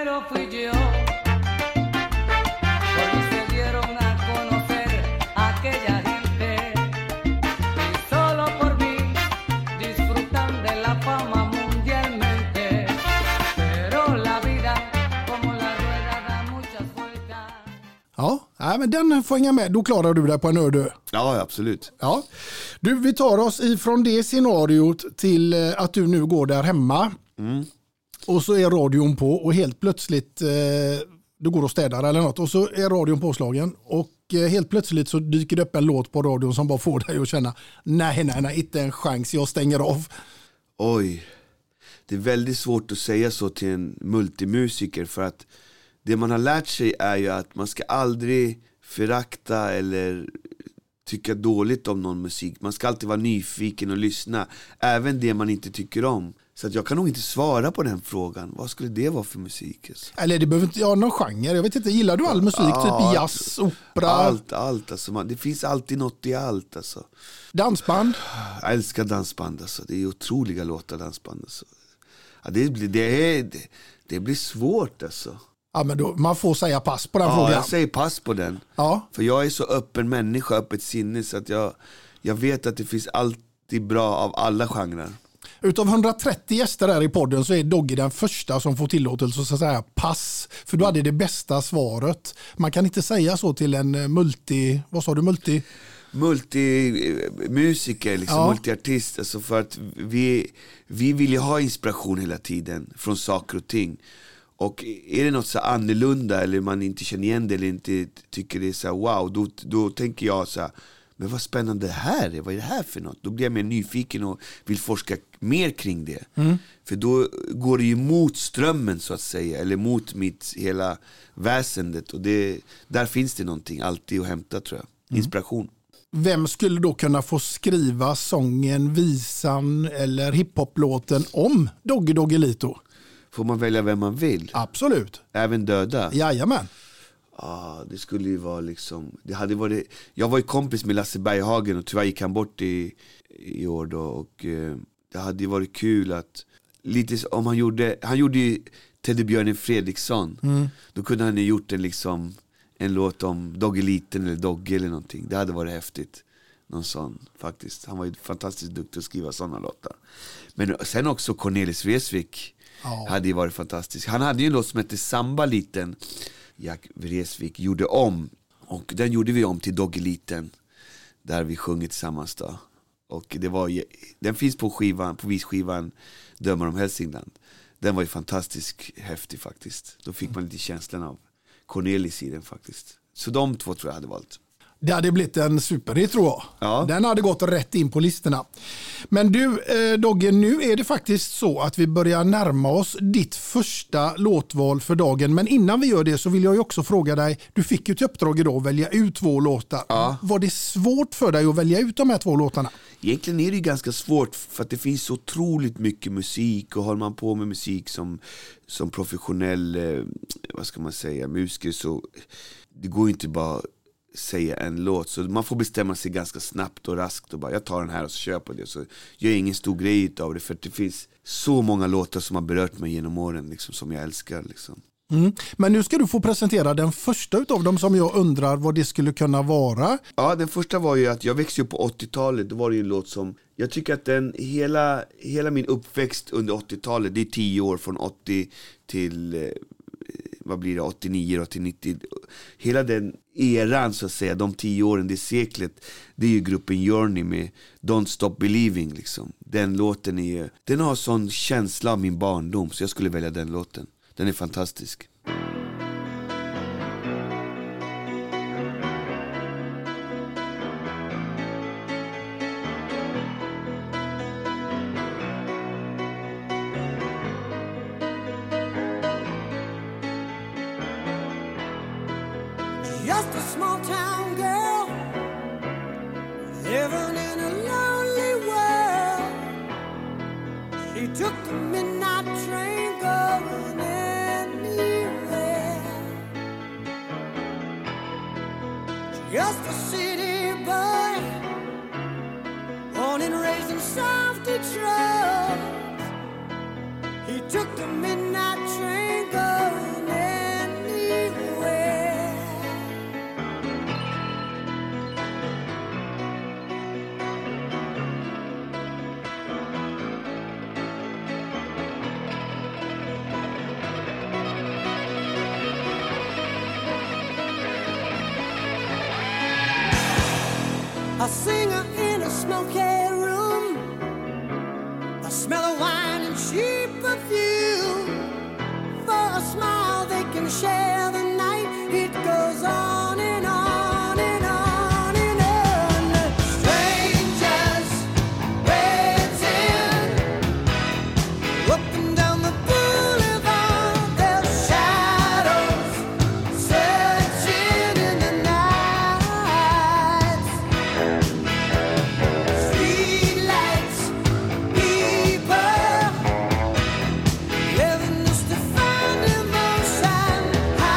Ja, men den får hänga med. Då klarar du det på en öde. Ja, absolut. Ja. Du, vi tar oss ifrån det scenariot till att du nu går där hemma. Och så är radion på och helt plötsligt du går och städar eller något och så är radion påslagen och helt plötsligt så dyker det upp en låt på radion som bara får dig att känna nej, inte en chans, jag stänger av. Oj, det är väldigt svårt att säga så till en multimusiker, för att det man har lärt sig är ju att man ska aldrig förakta eller tycka dåligt om någon musik. Man ska alltid vara nyfiken och lyssna, även det man inte tycker om. Så att jag kan nog inte svara på den frågan. Vad skulle det vara för musik? Eller det behöver inte ha någon genre. Jag vet inte, gillar du all musik? Typ jazz, opera? Allt alltså. Det finns alltid något i allt alltså. Dansband? Jag älskar dansband alltså. Det är otroliga låtar dansband alltså. Ja, det blir svårt alltså. Ja, men då, man får säga pass på den frågan. Ja, jag säger pass på den. Ja. För jag är så öppen människa, öppet sinne, så att jag vet att det finns alltid bra av alla genrer. Utav 130 gäster här i podden så är Dogge den första som får tillåtelse att säga pass. För du hade det bästa svaret. Man kan inte säga så till en multimusiker, liksom, multiartist, alltså, för att vi vill ju ha inspiration hela tiden från saker och ting. Och är det något så annorlunda eller man inte känner igen det eller inte tycker det är så wow, då tänker jag så här, men vad spännande det här är, vad är det här för något? Då blir jag mer nyfiken och vill forska mer kring det. För då går det ju mot strömmen så att säga, eller mot mitt hela väsendet, och där finns det någonting alltid att hämta, tror jag. Inspiration. Vem skulle då kunna få skriva sången, visan eller hiphop-låten om Doggy Doggelito? Får man välja vem man vill? Absolut. Även döda? Jajamän. Det skulle ju vara liksom, jag var ju kompis med Lasse Berghagen och tyvärr gick han bort i år då, och det hade ju varit kul att lite om han gjorde ju Teddybjörnen Fredriksson, då kunde han ju gjort en låt om Doggeliten eller Dogge eller någonting. Det hade varit häftigt. Någon sån faktiskt. Han var ju fantastiskt duktig att skriva sådana låtar. Men sen också Cornelis Vreeswijk hade ju varit fantastisk. Han hade ju en låt som hette Samba Liten. Jack Vreeswijk gjorde om, och den gjorde vi om till Doggeliten, där vi sjunger tillsammans då. Och den finns på visskivan Dömar om Hälsingland. Den var ju fantastiskt häftig faktiskt. Då fick man lite känslan av Cornelis i den faktiskt. Så de två tror jag hade valt. Det hade blivit en superhit, tror jag. Ja. Den hade gått rätt in på listorna. Men du, Dogge, nu är det faktiskt så att vi börjar närma oss ditt första låtval för dagen. Men innan vi gör det så vill jag ju också fråga dig, du fick ju till uppdrag idag att välja ut 2 låtar. Ja. Var det svårt för dig att välja ut de här 2 låtarna? Egentligen är det ju ganska svårt, för att det finns så otroligt mycket musik, och håller man på med musik som professionell, vad ska man säga, musiker, så det går ju inte bara säga en låt, så man får bestämma sig ganska snabbt och raskt och bara, jag tar den här och så kör jag på det, så gör jag ingen stor grej av det, för det finns så många låtar som har berört mig genom åren liksom, som jag älskar liksom. Men nu ska du få presentera den första utav dem, som jag undrar vad det skulle kunna vara. Ja, den första var ju att jag växte upp på 80-talet. Då var det ju en låt som, jag tycker att hela min uppväxt under 80-talet, det är 10 år från 80 till vad blir det, 89 till 90. Hela den eran så att säga, de 10 åren, det seklet, det är ju gruppen Journey med Don't Stop Believing liksom. Den låten den har sån känsla av min barndom, så jag skulle välja den låten. Den är fantastisk. Just a small town girl living in a lonely world. She took the midnight train going anywhere. Just a city boy, born and raised in South Detroit. He took the midnight train going anywhere. A singer in a smoky room, a smell of wine and cheap perfume. For a smile they can share the night. It goes on and on and on and on. Strangers waiting up and down the boulevard. Their shadows searching in the night. Streetlights, people living just to find emotion.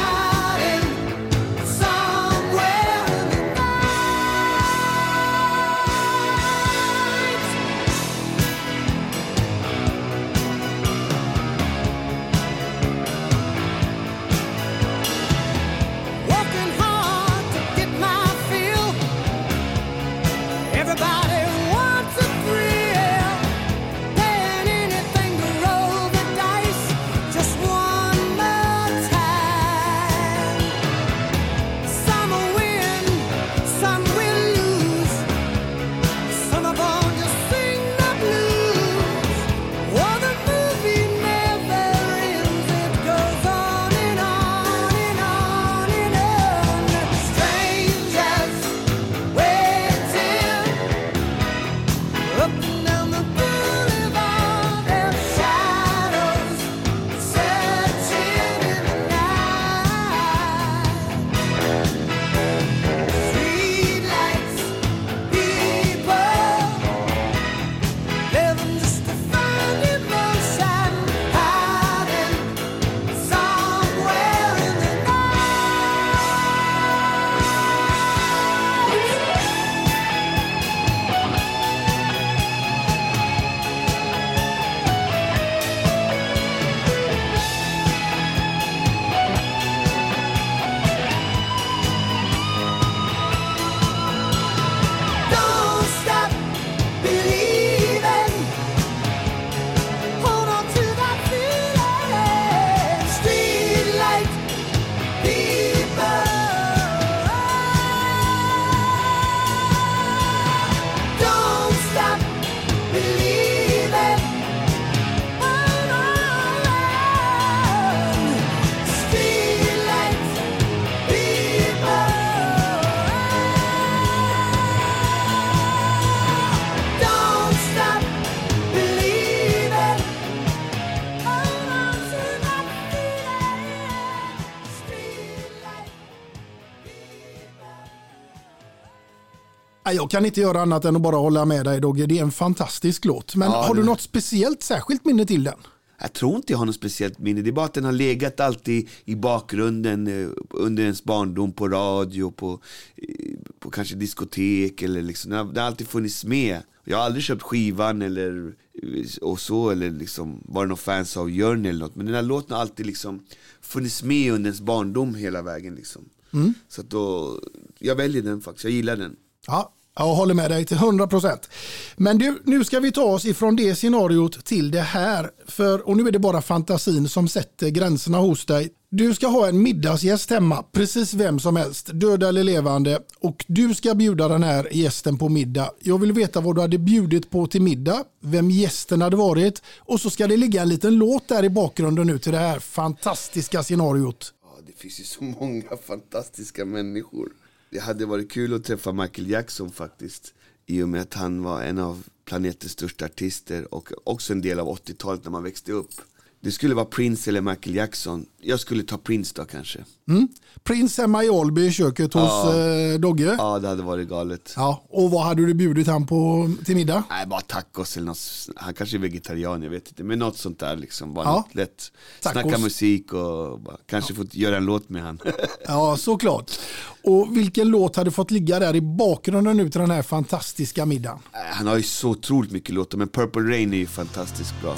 Jag kan inte göra annat än att bara hålla med dig, Dogge. Det är en fantastisk låt. Men har du något speciellt, särskilt minne till den? Jag tror inte jag har något speciellt minne. Det är bara att den har legat alltid i bakgrunden under ens barndom, på radio, på kanske diskotek eller liksom. Den har alltid funnits med. Jag har aldrig köpt skivan eller liksom varit någon fans av Journey eller något. Men den här låten har alltid liksom funnits med under ens barndom hela vägen liksom. Så att då, jag väljer den faktiskt. Jag gillar den. Ja, jag håller med dig till 100%. Men du, nu ska vi ta oss ifrån det scenariot till det här. Och nu är det bara fantasin som sätter gränserna hos dig. Du ska ha en middagsgäst hemma, precis vem som helst, död eller levande. Och du ska bjuda den här gästen på middag. Jag vill veta vad du hade bjudit på till middag, vem gästen hade varit. Och så ska det ligga en liten låt där i bakgrunden nu till det här fantastiska scenariot. Ja, det finns ju så många fantastiska människor. Det hade varit kul att träffa Michael Jackson faktiskt. I och med att han var en av planetens största artister. Och också en del av 80-talet när man växte upp. Det skulle vara Prince eller Michael Jackson. Jag skulle ta Prince då kanske. Prince hemma i Alby i köket hos Dogge. Ja, det hade varit galet. Ja, och vad hade du bjudit han på till middag? Nej, bara tacos eller något. Han kanske är vegetarian, jag vet inte. Men något sånt där liksom. Bara något lätt. Tacos. Snacka musik och kanske fått göra en låt med han. Ja, såklart. Och vilken låt hade fått ligga där i bakgrunden nu till den här fantastiska middagen? Han har ju så otroligt mycket låtar. Men Purple Rain är ju fantastiskt bra.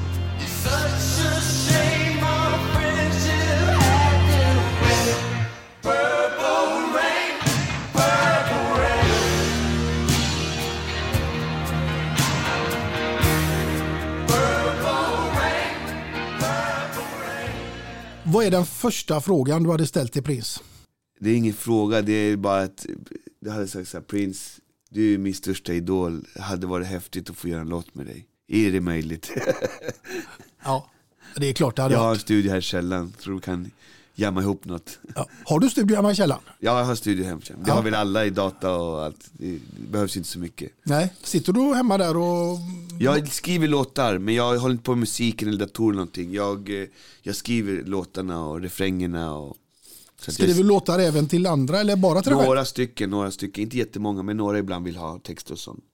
Vad är den första frågan du hade ställt till Prince? Det är ingen fråga, det är bara att du hade sagt så här: Prince, du är min största idol. Det hade varit häftigt att få göra en låt med dig. Är det möjligt? Ja, det är klart det hade Jag har varit. en studio här i källaren. Tror du kan jamma ihop något. Ja. Har du studio hemma i källaren? Ja, jag har studio hemma. Det har väl alla i data och allt. Det behövs inte så mycket. Nej, sitter du hemma där och... Jag skriver låtar, men jag håller inte på med musiken eller dator eller någonting. Jag skriver låtarna och refrängerna och... Skriver låtar även till andra eller bara till dig själv? Några stycken, inte jättemånga, men några ibland vill ha text och sånt.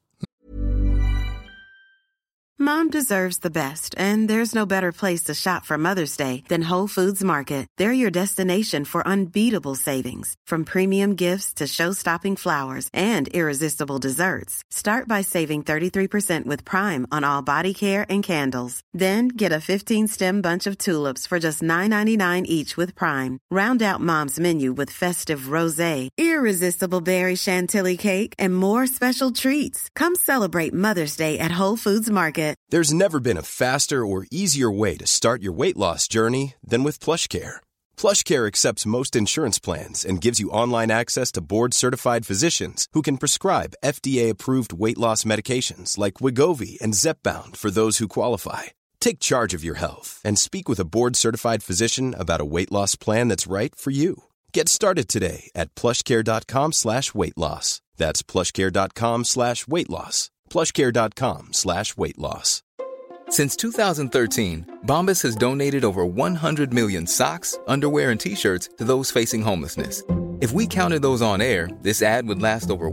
Mom deserves the best, and there's no better place to shop for Mother's Day than Whole Foods Market. They're your destination for unbeatable savings, from premium gifts to show-stopping flowers and irresistible desserts. Start by saving 33% with Prime on all body care and candles. Then get a 15-stem bunch of tulips for just $9.99 each with Prime. Round out Mom's menu with festive rosé, irresistible berry chantilly cake, and more special treats. Come celebrate Mother's Day at Whole Foods Market. There's never been a faster or easier way to start your weight loss journey than with PlushCare. PlushCare accepts most insurance plans and gives you online access to board-certified physicians who can prescribe FDA-approved weight loss medications like Wegovy and Zepbound for those who qualify. Take charge of your health and speak with a board-certified physician about a weight loss plan that's right for you. Get started today at plushcare.com/weightloss. That's plushcare.com/weightloss. plushcare.com/weightloss. Since 2013, Bombas has donated over 100 million socks, underwear, and T-shirts to those facing homelessness. If we counted those on air, this ad would last over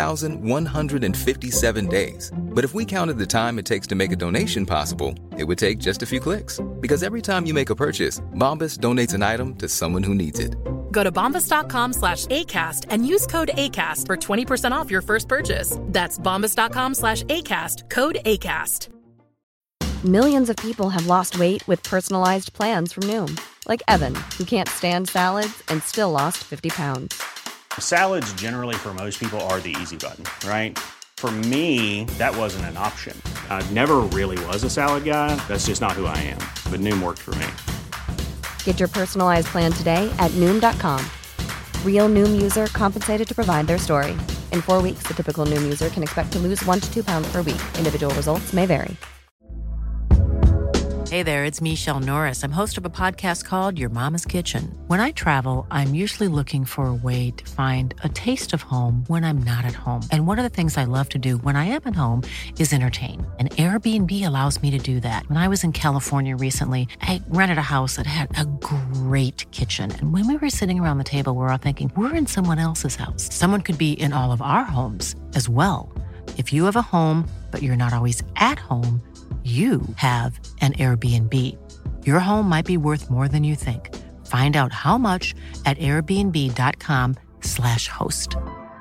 1,157 days. But if we counted the time it takes to make a donation possible, it would take just a few clicks. Because every time you make a purchase, Bombas donates an item to someone who needs it. Go to bombas.com/ACAST and use code ACAST for 20% off your first purchase. That's bombas.com/ACAST, code ACAST. Millions of people have lost weight with personalized plans from Noom. Like Evan, who can't stand salads and still lost 50 pounds. Salads generally for most people are the easy button, right? For me, that wasn't an option. I never really was a salad guy. That's just not who I am. But Noom worked for me. Get your personalized plan today at Noom.com. Real Noom user compensated to provide their story. In 4 weeks, the typical Noom user can expect to lose 1 to 2 pounds per week. Individual results may vary. Hey there, it's Michelle Norris. I'm host of a podcast called Your Mama's Kitchen. When I travel, I'm usually looking for a way to find a taste of home when I'm not at home. And one of the things I love to do when I am at home is entertain. And Airbnb allows me to do that. When I was in California recently, I rented a house that had a great kitchen. And when we were sitting around the table, we were all thinking, we're in someone else's house. Someone could be in all of our homes as well. If you have a home, but you're not always at home, you have an Airbnb. Your home might be worth more than you think. Find out how much at airbnb.com/host.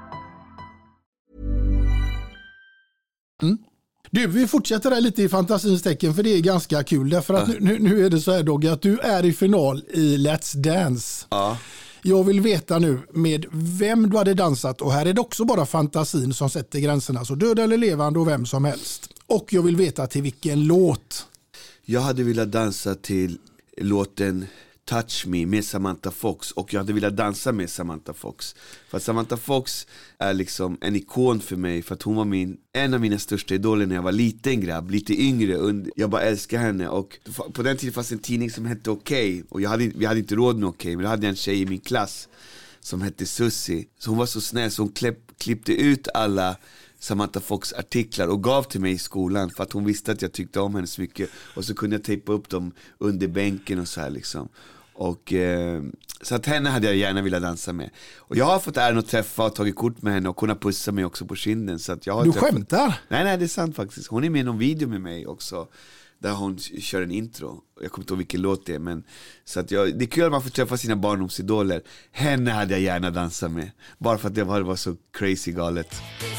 Du, vi fortsätter där lite i fantasins tecken, för det är ganska kul. Därför att nu är det så här, Dogge, att du är i final i Let's Dance. Ja. Jag vill veta nu med vem du hade dansat, och här är det också bara fantasin som sätter gränserna, så död eller levande och vem som helst. Och jag vill veta till vilken låt. Jag hade velat dansa till låten Touch Me med Samantha Fox, och jag hade velat dansa med Samantha Fox. För att Samantha Fox är liksom en ikon för mig, för att hon var en av mina största idoler när jag var liten grabb, lite yngre. Jag bara älskar henne, och på den tiden fanns en tidning som hette Okej, och vi hade inte råd med Okej, men då hade jag en tjej i min klass som hette Susie. Så hon var så snäll så hon klippte ut alla Samantha Fox artiklar och gav till mig i skolan, för att hon visste att jag tyckte om henne så mycket, och så kunde jag tejpa upp dem under bänken och så här liksom. Och så att henne hade jag gärna velat dansa med. Och jag har fått äran att träffa och tagit kort med henne och kunna pussa mig också på kinden, så att jag har skämtar? Nej, det är sant faktiskt. Hon är med i någon video med mig också, där hon kör en intro. Jag kommer inte ihåg vilken låt det är, men så att det är kul att man får träffa sina barndomsidoler. Henne hade jag gärna dansat med, bara för att det var så crazy galet.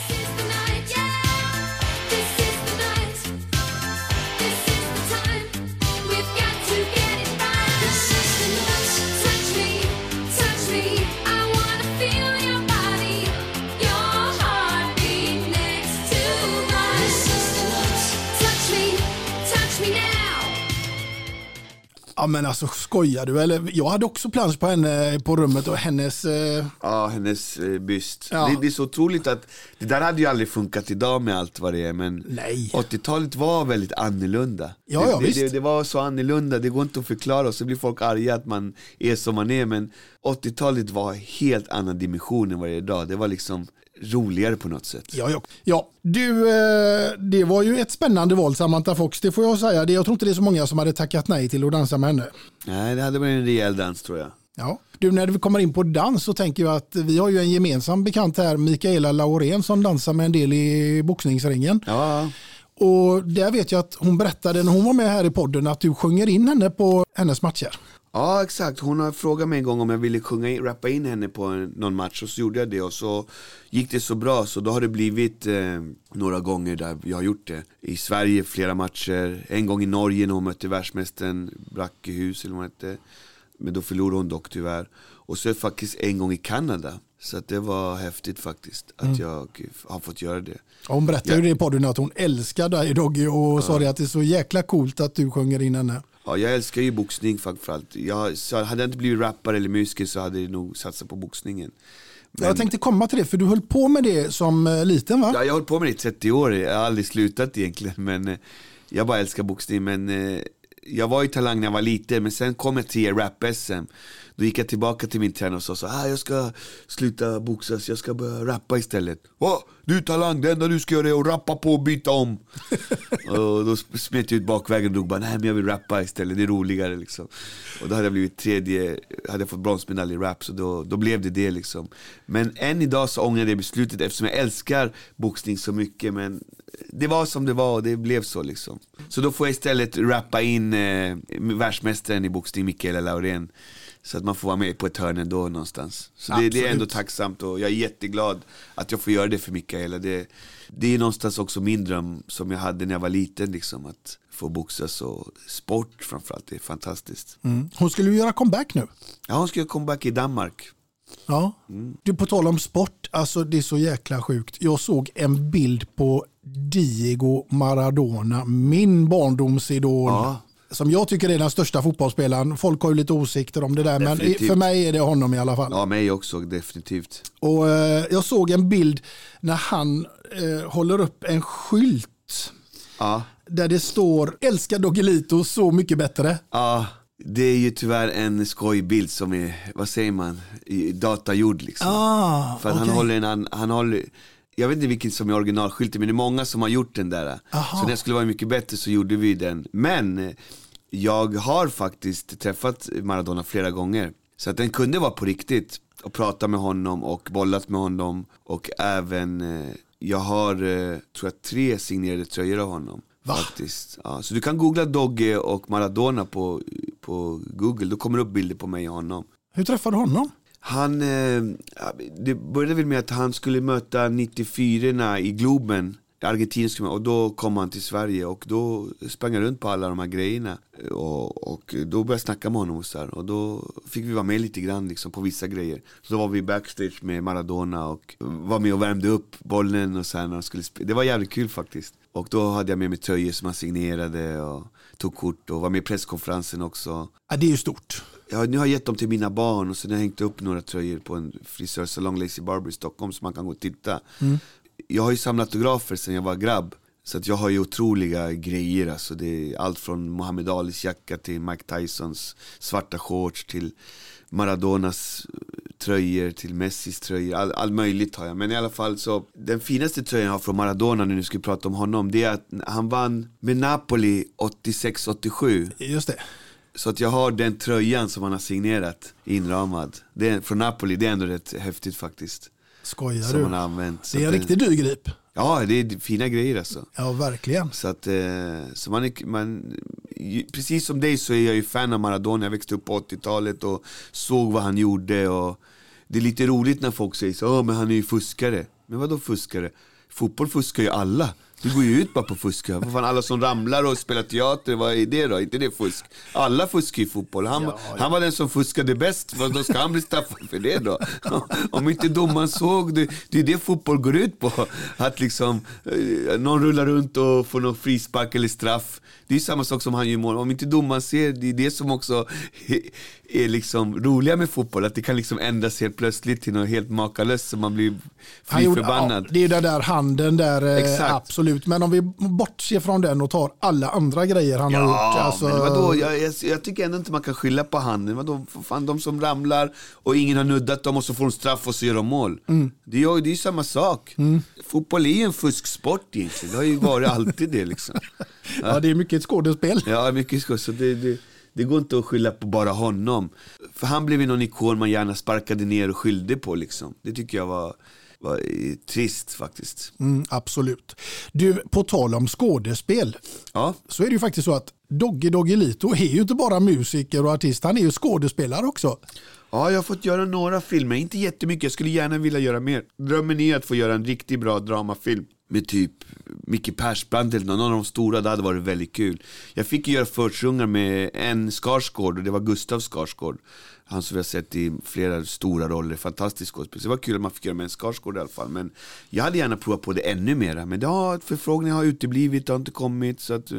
Ja, men alltså, skojar du? Eller, jag hade också plans på henne på rummet, och hennes... Ja, hennes byst. Ja. Det är så otroligt att det där hade ju aldrig funkat idag med allt vad det är, men nej. 80-talet var väldigt annorlunda. Visst. Det var så annorlunda, det går inte att förklara, och så blir folk arga att man är som man är, men 80-talet var helt annan dimension än vad det är idag. Det var liksom roligare på något sätt. Ja. Du, det var ju ett spännande val, Samantha Fox, det får jag säga. Jag tror inte det är så många som hade tackat nej till att dansa med henne. Nej, det hade varit en rejäl dans, tror jag. Ja. Du, när vi kommer in på dans så tänker jag att vi har ju en gemensam bekant här, Mikaela Laurén, som dansar med en del i boxningsringen. Ja. Och där vet jag att hon berättade när hon var med här i podden att du sjunger in henne på hennes matcher. Ja, exakt. Hon har frågat mig en gång om jag ville rappa in henne på någon match, och så gjorde jag det, och så gick det så bra, så då har det blivit några gånger där jag har gjort det. I Sverige flera matcher, en gång i Norge när hon mötte världsmästaren Brackehus eller vad det hette, men då förlorade hon dock tyvärr. Och så faktiskt en gång i Kanada, så att det var häftigt faktiskt att jag har fått göra det. Ja, hon berättade ju det i podden att hon älskar dig, Doggy, och sa det att det är så jäkla coolt att du sjunger in henne. Ja, jag älskar ju boxning framförallt. Hade jag inte blivit rappare eller musiker så hade jag nog satsat på boxningen. Men jag tänkte komma till det, för du höll på med det som liten, va? Ja, jag höll på med det i 30 år. Jag har aldrig slutat egentligen, men jag bara älskar boxning. Men jag var ju talang när jag var liten, men sen kom jag till rap-SM. Då gick jag tillbaka till min tränare och sa jag ska sluta boxas, jag ska börja rappa istället. Du är talang, det enda du ska göra är att rappa på och byta om. Och då smet jag ut bakvägen och drog bara, nej men jag vill rappa istället, det är roligare liksom. Och då hade jag blivit hade jag fått bronsmedalj i rap, så då blev det liksom. Men än idag så ångrar jag det beslutet, eftersom jag älskar boxning så mycket, men det var som det var och det blev så liksom. Så då får jag istället rappa in världsmästaren i boxning, Mikaela Laurén, så att man får vara med på ett hörn ändå någonstans. Så det är ändå tacksamt, och jag är jätteglad att jag får göra det för Mikaela. Det är någonstans också min dröm som jag hade när jag var liten liksom, att få boxas, och sport framförallt, det är fantastiskt. Hon skulle ju göra comeback nu. Ja, hon skulle göra comeback i Danmark. Ja, du, på tal om sport, alltså det är så jäkla sjukt. Jag såg en bild på Diego Maradona, min barndomsidol. Ja. Som jag tycker är den största fotbollsspelaren. Folk har ju lite åsikter om det där, definitivt. Men för mig är det honom i alla fall. Ja, mig också, definitivt. Och jag såg en bild när han håller upp en skylt. Ja. där det står älskar Doggelito så mycket bättre. Ja, det är ju tyvärr en skojbild som är, vad säger man, datagjord liksom. För att han håller jag vet inte vilken som är originalskylten, men det är många som har gjort den där. Så när det skulle vara mycket bättre så gjorde vi den. Men jag har faktiskt träffat Maradona flera gånger. Så att den kunde vara på riktigt. Och prata med honom och bollat med honom. Och även, jag har tror jag 3 signerade tröjor av honom. Va? Faktiskt. Ja, så du kan googla Dogge och Maradona på Google. Då kommer det upp bilder på mig och honom. Hur träffade du honom? Det började väl med att han skulle möta 94 i Globen, Argentina, och då kom han till Sverige och då sprang han runt på alla de här grejerna och då började jag snacka med honom och så här, och då fick vi vara med lite grann liksom, på vissa grejer. Så då var vi backstage med Maradona och var med och värmde upp bollen och så här när han skulle det var jävligt kul faktiskt. Och då hade jag med mig tröjor som han signerade och tog kort och var med i presskonferensen också. Ja, det är ju stort. Nu har jag gett dem till mina barn och sen har jag hängt upp några tröjor på en frisörsalong, Lazy Barber i Stockholm, så man kan gå och titta. Jag har ju samlat autografer sedan jag var grabb, så att jag har ju otroliga grejer. Alltså det är allt från Muhammad Alis jacka till Mike Tysons svarta shorts till Maradonas tröjor till Messis tröjor, all möjligt har jag. Men i alla fall så, den finaste tröjan jag har från Maradona när nu ska vi prata om honom, det är att han vann med Napoli 86-87. Just det. Så att jag har den tröjan som han har signerat inramad. Det är från Napoli, det är ändå rätt häftigt faktiskt. Skojar som du? man har använt. Det är en riktig dyrgrip. Ja, det är fina grejer alltså. Ja, verkligen. Så att så precis som dig så är jag ju fan av Maradona. Jag växte upp på 80-talet och såg vad han gjorde, och det är lite roligt när folk säger så, men han är ju fuskare. Men vadå fuskare? Fotboll fuskar ju alla. Du går ju ut bara på fuska. Vad fan, alla som ramlar och spelar teater, vad är det då? Inte det fusk? Alla fuskar i fotboll. Han var den som fuskade bäst. Då ska han bli straffad för det då? Om inte domaren såg det. Det är det fotboll går ut på. Att liksom någon rullar runt och får någon frispark eller straff. Det är samma sak som han gör mål. Om inte domaren ser, det är det som också är liksom roliga med fotboll. Att det kan liksom ändras helt plötsligt till något helt makalöst så man blir förbannad. Ja, det är den där handen där, absolut. Men om vi bortser från den och tar alla andra grejer han har gjort. Alltså... men vadå? Jag tycker ändå inte man kan skylla på handen. Vadå? Fan, de som ramlar och ingen har nuddat dem och så får de straff och så gör de mål. Det är ju samma sak. Fotboll är ju en fusksport egentligen. Det har ju varit alltid det liksom. Ja, det är mycket ett skådespel. Ja, mycket skådespel. Så det går inte att skylla på bara honom. För han blev ju någon ikon man gärna sparkade ner och skyllde på liksom. Det tycker jag var trist faktiskt. Absolut. Du, på tal om skådespel, så är det ju faktiskt så att Doggelito är ju inte bara musiker och artist, han är ju skådespelare också. Ja, jag har fått göra några filmer, inte jättemycket, jag skulle gärna vilja göra mer. Drömmen är att få göra en riktigt bra dramafilm med typ Micke Persbrandt eller någon av de stora, det hade varit väldigt kul. Jag fick göra förtrungar med en Skarsgård, och det var Gustav Skarsgård. Han som vi har sett i flera stora roller, fantastisk skådespelare. Så det var kul att man fick göra med en Skarsgård i alla fall. Men jag hade gärna provat på det ännu mera. Men förfrågningar har uteblivit, det har inte kommit. Så att,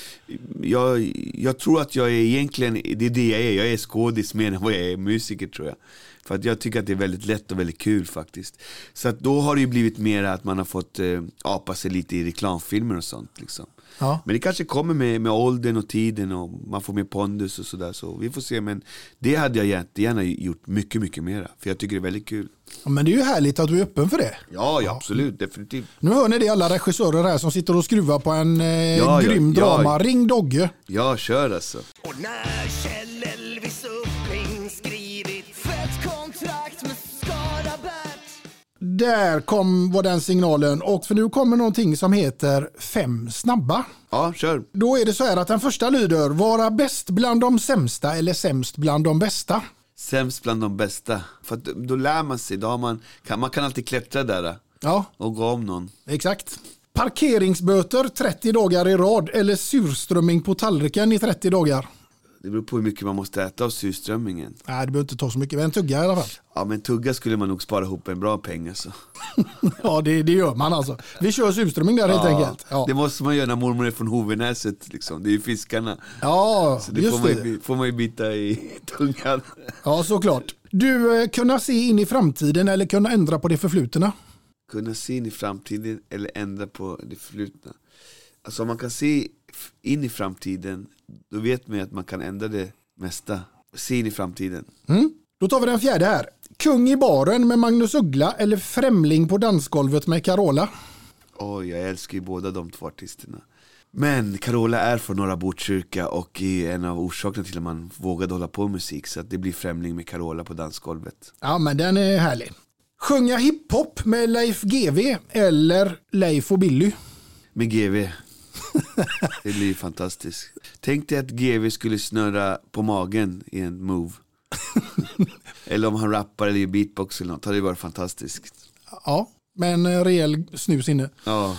jag tror att jag är egentligen, det är det jag är. Jag är skådis mer än vad jag är musiker, tror jag. För att jag tycker att det är väldigt lätt och väldigt kul faktiskt. Så att då har det ju blivit mer att man har fått apa sig lite i reklamfilmer och sånt liksom. Ja. Men det kanske kommer med åldern och tiden och man får mer pondus och sådär, så vi får se. Men det hade jag jättegärna gjort mycket, mycket mera, för jag tycker det är väldigt kul. Ja, men det är ju härligt att du är öppen för det. Ja, absolut, definitivt. Nu hör ni det, alla regissörer här som sitter och skruvar på en grym drama. Ring Dogge. Ja, kör alltså. Och när Kjell Elvis Uppling skrivit fett kontrakt med Skaraberg. Där var den signalen, och för nu kommer någonting som heter 5 snabba. Ja, kör. Då är det så här att den första lyder: vara bäst bland de sämsta eller sämst bland de bästa? Sämst bland de bästa. För att då lär man sig, man kan alltid klättra där och gå om någon. Exakt. Parkeringsböter 30 dagar i rad eller surströmming på tallriken i 30 dagar? Det beror på hur mycket man måste äta av surströmmingen. Nej, det behöver inte ta så mycket, men en tugga i alla fall. Ja, men tugga skulle man nog spara ihop en bra peng alltså. Ja, det gör man alltså. Vi kör surströmming där helt enkelt. Ja. Det måste man göra när mormor är från Hovenäset liksom. Det är ju fiskarna. Ja, så det får man ju bita i tungan. Ja, såklart. Du, kunna se in i framtiden eller kunna ändra på det förflutna? Kunna se in i framtiden eller ändra på det förflutna. Alltså om man kan se in i framtiden, då vet man att man kan ändra det mesta. Se in i framtiden. Då tar vi den fjärde här. Kung i baren med Magnus Uggla eller Främling på dansgolvet med Carola? Jag älskar ju båda de två artisterna. Men Carola är från Norra Botkyrka och är en av orsakerna till att man vågade hålla på musik. Så att det blir Främling med Carola på dansgolvet. Ja, men den är härlig. Sjunga hiphop med Leif GW eller Leif och Billy? Med GW. Det blir fantastiskt. Tänk dig att GW skulle snurra på magen i en move. Eller om han rappar eller gör beatbox eller något. Det hade varit fantastiskt. Ja, med en rejäl snus inne. Ja.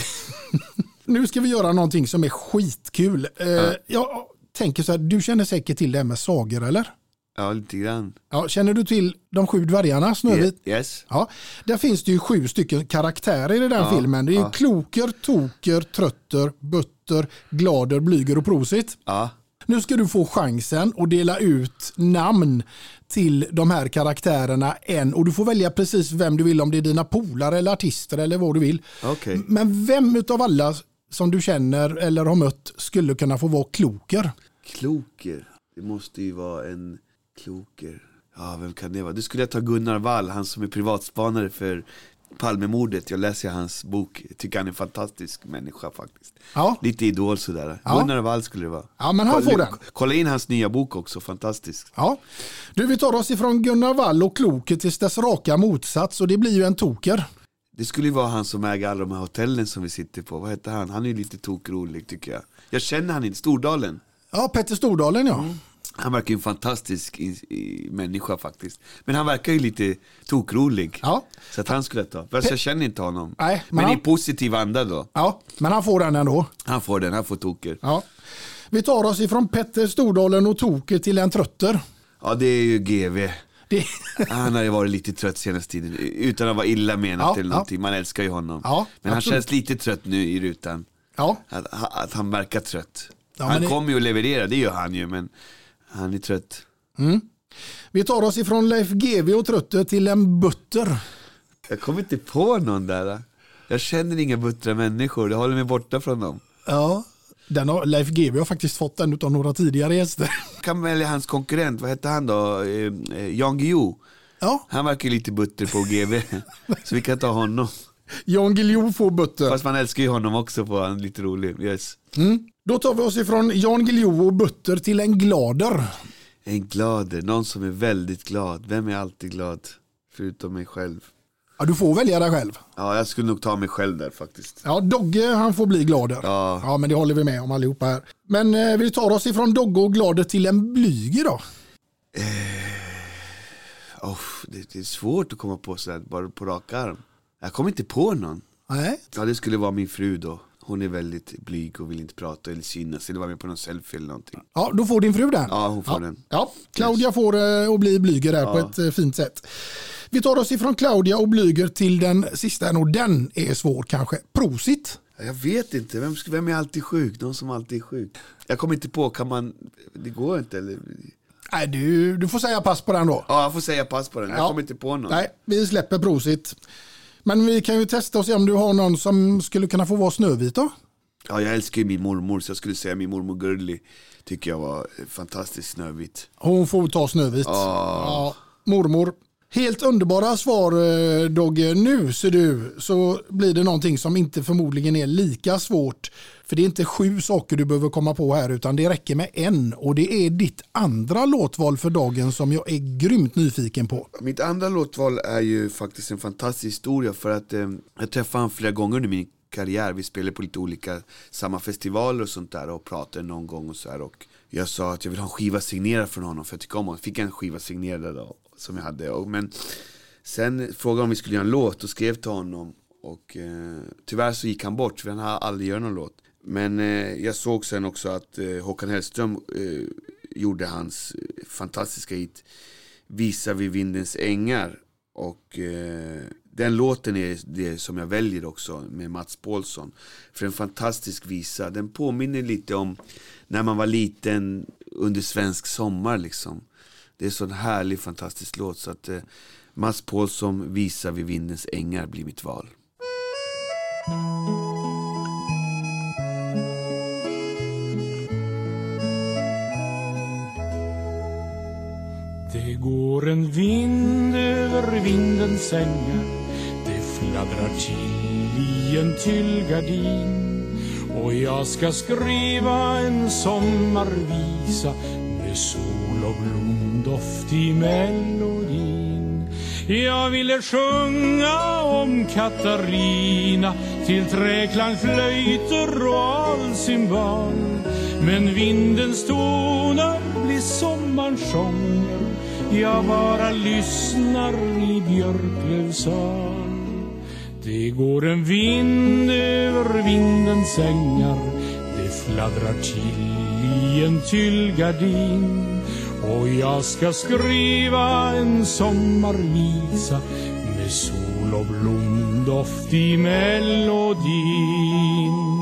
Nu ska vi göra någonting som är skitkul. Jag tänker så här, du känner säkert till det här med sagor, eller? Ja, lite grann. Ja, känner du till de 7 dvärgarna, Snövit? Yes. Ja, där finns det ju 7 stycken karaktärer i den filmen. Det är Kloker, Toker, Trötter, Butter, Glader, Blyger och Prosit. Ja. Nu ska du få chansen att dela ut namn till de här karaktärerna och du får välja precis vem du vill, om det är dina polare eller artister eller vad du vill. Okay. Men vem utav alla som du känner eller har mött skulle kunna få vara Kloker? Kloker? Det måste ju vara en Kloker. Ja, vem kan det vara? Det skulle jag ta Gunnar Wall, han som är privatspanare för Palmemordet. Jag läser hans bok. Jag tycker han är en fantastisk människa faktiskt. Ja. Lite idol sådär. Ja. Gunnar Wall skulle det vara. Ja, men han får den. Kolla in hans nya bok också, fantastisk. Ja. Du, vi tar oss ifrån Gunnar Wall och Kloker till dess raka motsats, och det blir ju en Toker. Det skulle ju vara han som äger alla de här hotellen som vi sitter på. Vad heter han? Han är ju lite tokrolig tycker jag. Jag känner han i Stordalen. Ja, Petter Stordalen, ja. Han verkar ju en fantastisk människa faktiskt. Men han verkar ju lite tokrolig. Ja. Så att han skulle ta. Fast jag känner inte honom. Nej, men han... i positiv anda då. Ja, men han får den ändå. Han får Toker. Ja. Vi tar oss ifrån Petter Stordalen och Toker till en Trötter. Ja, det är ju GV. Han har ju varit lite trött senaste tiden. Utan att vara illa menat eller någonting. Man älskar ju honom. Ja, men han känns lite trött nu i rutan. Ja. Att han verkar trött. Ja, han kommer ju att leverera, det gör han ju. Men han är trött. Vi tar oss ifrån Leif GW och Trötter till en Butter. Jag kommer inte på någon där. Jag känner inga buttra människor. Jag håller mig borta från dem. Ja, Leif GW har faktiskt fått den av några tidigare gäster. Kan välja hans konkurrent. Vad heter han då? Jan Guillou. Ja. Han verkar ju lite butter på GW. Så vi kan ta honom. Jan Guillou får Butter. Fast man älskar ju honom också på. Han är lite rolig. Yes. Då tar vi oss ifrån Jan Guillou och Butter till en Glader. En Glader. Någon som är väldigt glad. Vem är alltid glad? Förutom mig själv. Ja, du får välja dig själv. Ja, jag skulle nog ta mig själv där faktiskt. Ja, Dogge, han får bli Glader. Ja, men det håller vi med om allihopa här. Men vi tar oss ifrån Dogge och Glader till en Blyger då. Det är svårt att komma på så här, bara på rak arm. Jag kommer inte på någon. Nej. Ja, det skulle vara min fru då. Hon är väldigt blyg och vill inte prata eller synas. Eller vara med på någon selfie eller någonting. Ja, då får din fru den. Ja, hon får den. Ja, Claudia får att bli Blyger där på ett fint sätt. Vi tar oss ifrån Claudia och Blyger till den sista, och den är svår kanske. Prosit. Jag vet inte, vem är alltid sjuk? Någon som alltid är sjuk. Jag kommer inte på, det går inte eller... Nej, du får säga pass på den då. Ja, jag får säga pass på den. Jag kommer inte på någon. Nej, vi släpper Prosit. Men vi kan ju testa och se om du har någon som skulle kunna få vara Snövit då. Ja, jag älskar ju min mormor, så jag skulle säga min mormor Gurli tycker jag var fantastiskt Snövit. Hon får ta Snövit. Ja, mormor. Helt underbara svar, Dogge. Nu ser du, så blir det någonting som inte förmodligen är lika svårt. För det är inte 7 saker du behöver komma på här, utan det räcker med en. Och det är ditt andra låtval för dagen som jag är grymt nyfiken på. Mitt andra låtval är ju faktiskt en fantastisk historia, för att jag träffade han flera gånger under min karriär. Vi spelade på lite olika samma festivaler och sånt där och pratade någon gång och så här. Och jag sa att jag vill ha en skiva signerad från honom, för jag tycker om honom. Fick en skiva signerad då, som jag hade. Men sen frågade om vi skulle göra en låt och skrev till honom. Och tyvärr så gick han bort, för han har aldrig gjort någon låt. Men jag såg sen också att Håkan Hellström gjorde hans fantastiska hit Visa vid vindens ängar. Och den låten är det som jag väljer också med Mats Paulsson. För en fantastisk visa. Den påminner lite om när man var liten under svensk sommar liksom. Det är så en härlig, fantastisk låt. Så att Mats Paulsson, Visa vid vindens ängar blir mitt val. går en vind över vindens ängar. Det fladdrar till i en tyllgardin. Och jag ska skriva en sommarvisa med sol och blomdoft i melodin. Jag ville sjunga om Katarina till träklang, flöjter och alcymbal. Men vindens toner blir sommarens sånger. Jag bara lyssnar i Björklövsal. Det går en vind över vindens ängar. Det fladdrar till i en tyllgardin. Och jag ska skriva en sommarvisa med sol och blomdoft i melodin.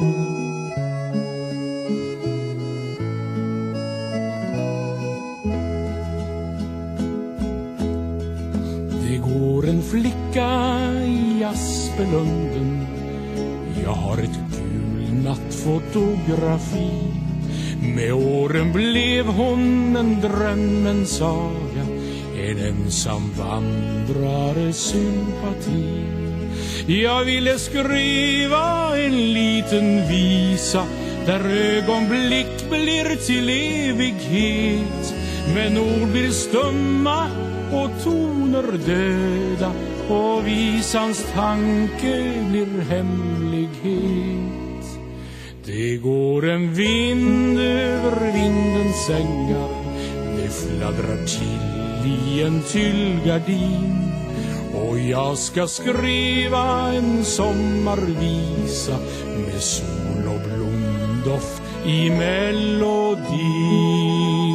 En flicka i Aspelunden. Jag har ett gulnat fotografi. Med åren blev hon en dröm, en saga, en ensam vandrare sympati. Jag ville skriva en liten visa där ögonblick blir till evighet. Men ord blir stumma och toner döda, och visans tanke blir hemlighet. Det går en vind över vindens ängar. Det fladdrar till i en tyllgardin. Och jag ska skriva en sommarvisa med sol och blomdoft i melodin.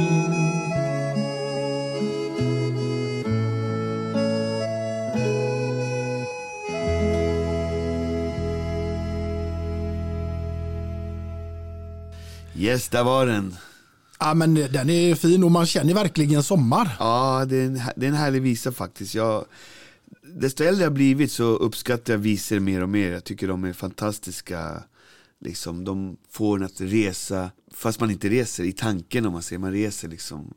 Yes, där var den. Ja, men den är fin och man känner verkligen sommar. Ja, det är en härlig visa faktiskt. Desto äldre jag blivit så uppskattar jag visor mer och mer. Jag tycker de är fantastiska. Liksom, de får en att resa, fast man inte reser i tanken, om man säger man reser. Liksom.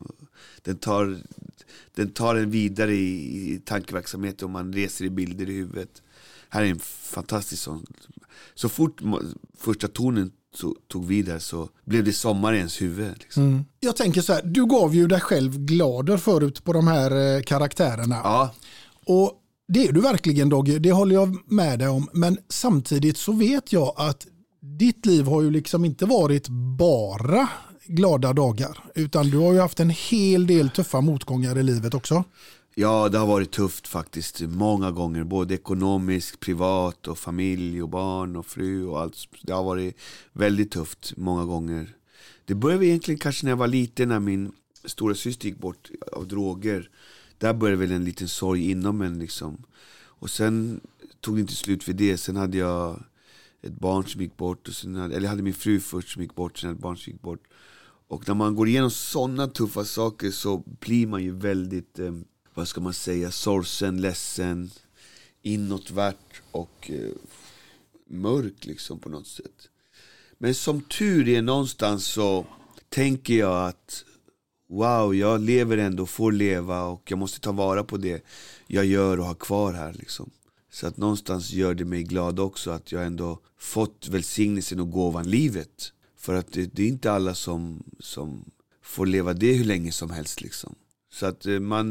Den tar en vidare i tankeverksamhet om man reser i bilder i huvudet. Här är en fantastisk sån. Så fort första tonen tog vidare så blev det sommar i ens huvud. Liksom. Jag tänker så här, du gav ju dig själv glader förut på de här karaktärerna. Ja. Och det är du verkligen, Dogge, det håller jag med dig om. Men samtidigt så vet jag att ditt liv har ju liksom inte varit bara glada dagar. Utan du har ju haft en hel del tuffa motgångar i livet också. Ja, det har varit tufft faktiskt många gånger. Både ekonomiskt, privat och familj och barn och fru och allt. Det har varit väldigt tufft många gånger. Det började egentligen kanske när jag var liten, när min stora syster gick bort av droger. Där började väl en liten sorg inom en liksom. Och sen tog det inte slut för det. Sen hade jag ett barn som gick bort. Och sen jag hade min fru först som gick bort. Sen ett barn som gick bort. Och när man går igenom sådana tuffa saker så blir man ju väldigt... vad ska man säga, sorgsen, ledsen, inåtvärt och mörk liksom på något sätt. Men som tur är någonstans så tänker jag att wow, jag lever ändå, får leva, och jag måste ta vara på det jag gör och har kvar här liksom. Så att någonstans gör det mig glad också att jag ändå fått välsignelsen och gåvan livet. För att det är inte alla som får leva det hur länge som helst liksom. Så att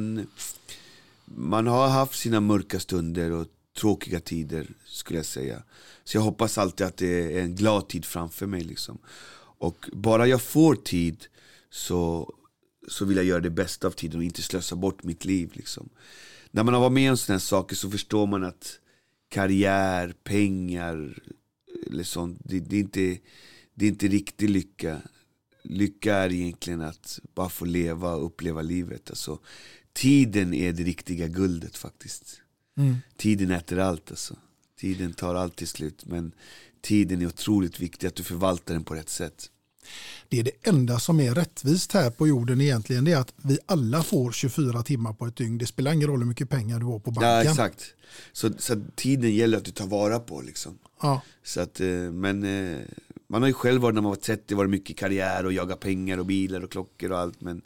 man har haft sina mörka stunder och tråkiga tider, skulle jag säga. Så jag hoppas alltid att det är en glad tid framför mig liksom. Och bara jag får tid så vill jag göra det bästa av tiden och inte slösa bort mitt liv liksom. När man har varit med om sådana saker så förstår man att karriär, pengar eller sånt, det är inte riktig lycka. Lycka är egentligen att bara få leva och uppleva livet. Alltså, tiden är det riktiga guldet faktiskt. Tiden äter allt alltså. Tiden tar allt till slut. Men tiden är otroligt viktig, att du förvaltar den på rätt sätt. Det är det enda som är rättvist här på jorden egentligen. Det är att vi alla får 24 timmar på ett dygn. Det spelar ingen roll hur mycket pengar du har på banken. Ja, exakt. Så tiden gäller att du tar vara på liksom. Ja. Så att, men man har ju själv varit, när man var 30, var det mycket karriär och jaga pengar och bilar och klockor och allt. Men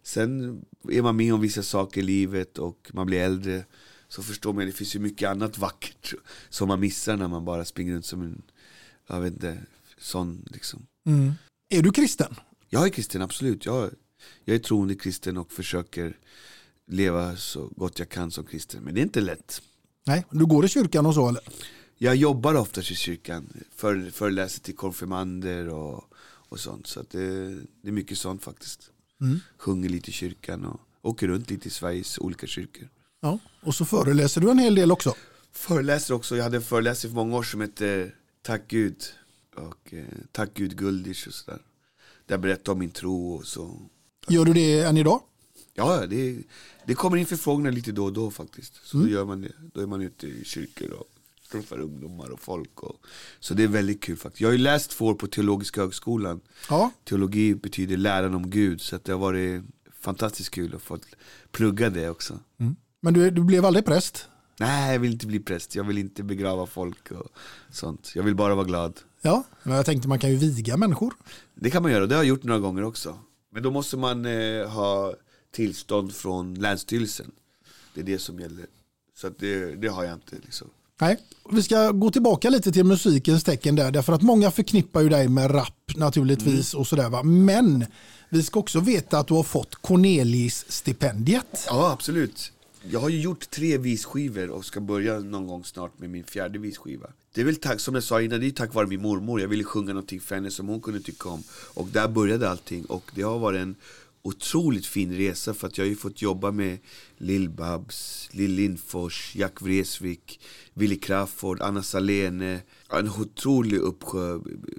Sen är man med om vissa saker i livet och man blir äldre, så förstår man att det finns ju mycket annat vackert som man missar när man bara springer runt som en, jag vet inte, sån liksom. Är du kristen? Jag är kristen, absolut. Jag är troende kristen och försöker leva så gott jag kan som kristen. Men det är inte lätt. Nej, du går i kyrkan och så eller? Jag jobbar ofta i kyrkan. Föreläser till konfirmander och sånt. Så att det är mycket sånt faktiskt. Sjunger lite i kyrkan och åker runt lite i Sveriges olika kyrkor. Ja, och så föreläser du en hel del också. Föreläser också. Jag hade en föreläsning för många år som hette Tack Gud. Och Tack Gud Guldish och sådär. Där jag berättade om min tro och så. Gör du det än idag? Ja, det kommer in förfrågningar lite då och då faktiskt. Så då gör man det. Då är man ute i kyrkor och träffar ungdomar och folk. Så det är väldigt kul faktiskt. Jag har ju läst 2 år på Teologiska högskolan. Ja. Teologi betyder läran om Gud. Så att det har varit fantastiskt kul att få plugga det också. Men du blev aldrig präst? Nej, jag vill inte bli präst. Jag vill inte begrava folk och sånt. Jag vill bara vara glad. Ja, men jag tänkte man kan ju viga människor. Det kan man göra, det har jag gjort några gånger också. Men då måste man ha tillstånd från Länsstyrelsen. Det är det som gäller. Så att det har jag inte liksom. Nej, vi ska gå tillbaka lite till musikens tecken där. Därför att många förknippar ju dig med rap naturligtvis och sådär va. Men vi ska också veta att du har fått Cornelis-stipendiet. Ja, absolut. Jag har ju gjort 3 visskivor och ska börja någon gång snart med min 4:e visskiva. Det är väl tack, som jag sa innan, det är tack vare min mormor. Jag ville sjunga någonting för henne som hon kunde tycka om. Och där började allting. Och det har varit en otroligt fin resa för att jag har ju fått jobba med Lill Babs, Lill Lindfors, Jack Vreeswijk, Willy Crawford, Anna Salene. En otrolig uppsjö,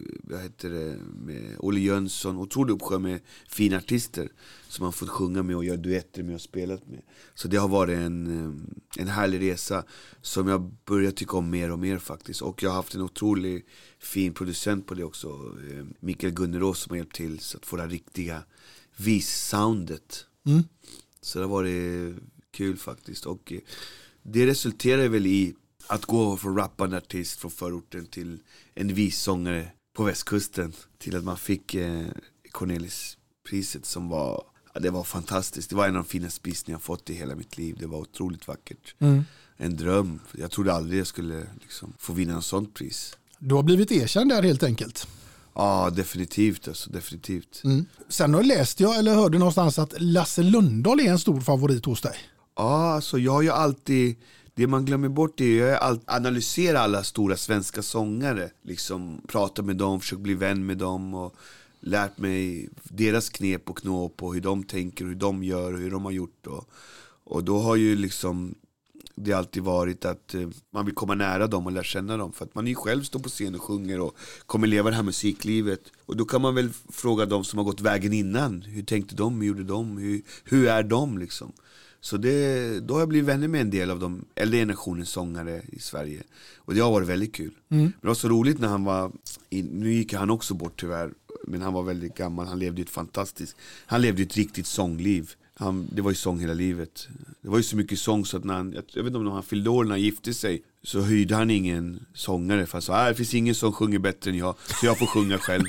med Olle Jönsson, otrolig uppsjö med fina artister som man fått sjunga med och göra duetter med och spelat med. Så det har varit en härlig resa som jag börjar tycka om mer och mer faktiskt. Och jag har haft en otrolig fin producent på det också, Mikael Gunnerås, som har hjälpt till så att få det riktiga vis-soundet. Så det har varit kul faktiskt. Och det resulterar väl i att gå från rappande artist från förorten till en vissångare på västkusten, till att man fick Cornelis-priset som var, det var fantastiskt. Det var en av de finaste prisen jag fått i hela mitt liv. Det var otroligt vackert. En dröm. Jag trodde aldrig jag skulle liksom få vinna en sån pris. Du har blivit erkänd där helt enkelt. Ja, definitivt alltså, definitivt. Sen har läst jag eller hörde någonstans att Lasse Lundahl är en stor favorit hos dig. Ja, alltså jag har ju alltid, det man glömmer bort är att analysera alla stora svenska sångare. Liksom prata med dem, försöka bli vän med dem och lärt mig deras knep och knåp och hur de tänker, hur de gör och hur de har gjort. Och då har ju liksom det alltid varit att man vill komma nära dem och lära känna dem. För att man är ju själv står på scen och sjunger och kommer leva det här musiklivet. Och då kan man väl fråga dem som har gått vägen innan. Hur tänkte de? Hur gjorde de? Hur är de liksom? Så då har jag blivit vänner med en del av de äldre generationens sångare i Sverige. Och det har varit väldigt kul. Men det var så roligt när han var, nu gick han också bort tyvärr. Men han var väldigt gammal, han levde ett riktigt sångliv. Det var ju sång hela livet. Det var ju så mycket sång så att jag vet inte om han fyllde år när han gifte sig, så hyrde han ingen sångare. För han sa, det finns ingen som sjunger bättre än jag, så jag får sjunga själv.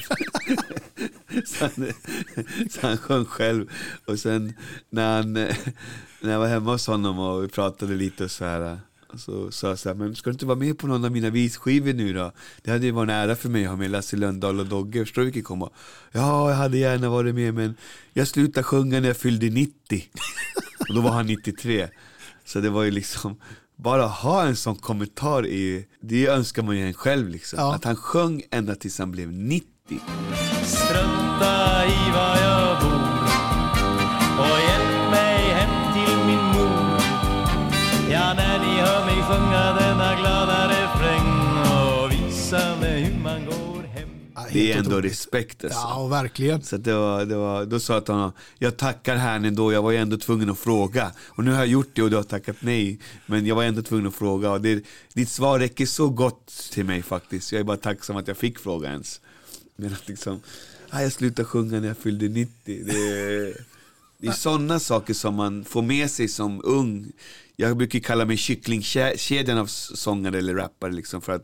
så han sjöng själv. Och sen när jag var hemma hos honom och vi pratade lite och så här, så sa jag så här, men ska du inte vara med på någon av mina visskivor nu då? Det hade ju varit en ära för mig att ha med Lasse Lundahl och Dogge. Förstår du vilket komma? Ja, jag hade gärna varit med, men jag slutade sjunga när jag fyllde 90. Och då var han 93. Så det var ju liksom, bara ha en sån kommentar det önskar man ju en själv liksom. Ja. Att han sjöng ända tills han blev 90. Strunta i var jag bor och hjälp mig hem till min mor. Ja, när ni hör mig sjunga denna glada refräng och visa mig hur man går hem. Det är ändå respekt alltså. Ja, verkligen. Så det var, då sa han, jag tackar här ändå, jag var ju ändå tvungen att fråga. Och nu har jag gjort det och du har tackat nej. Men jag var ändå tvungen att fråga. Och ditt svar räcker så gott till mig faktiskt. Jag är bara tacksam att jag fick fråga ens. Men att liksom, jag slutade sjunga när jag fyllde 90. Det är sådana saker som man får med sig som ung. Jag brukar kalla mig kycklingkedjan av sångare eller rappare liksom, för att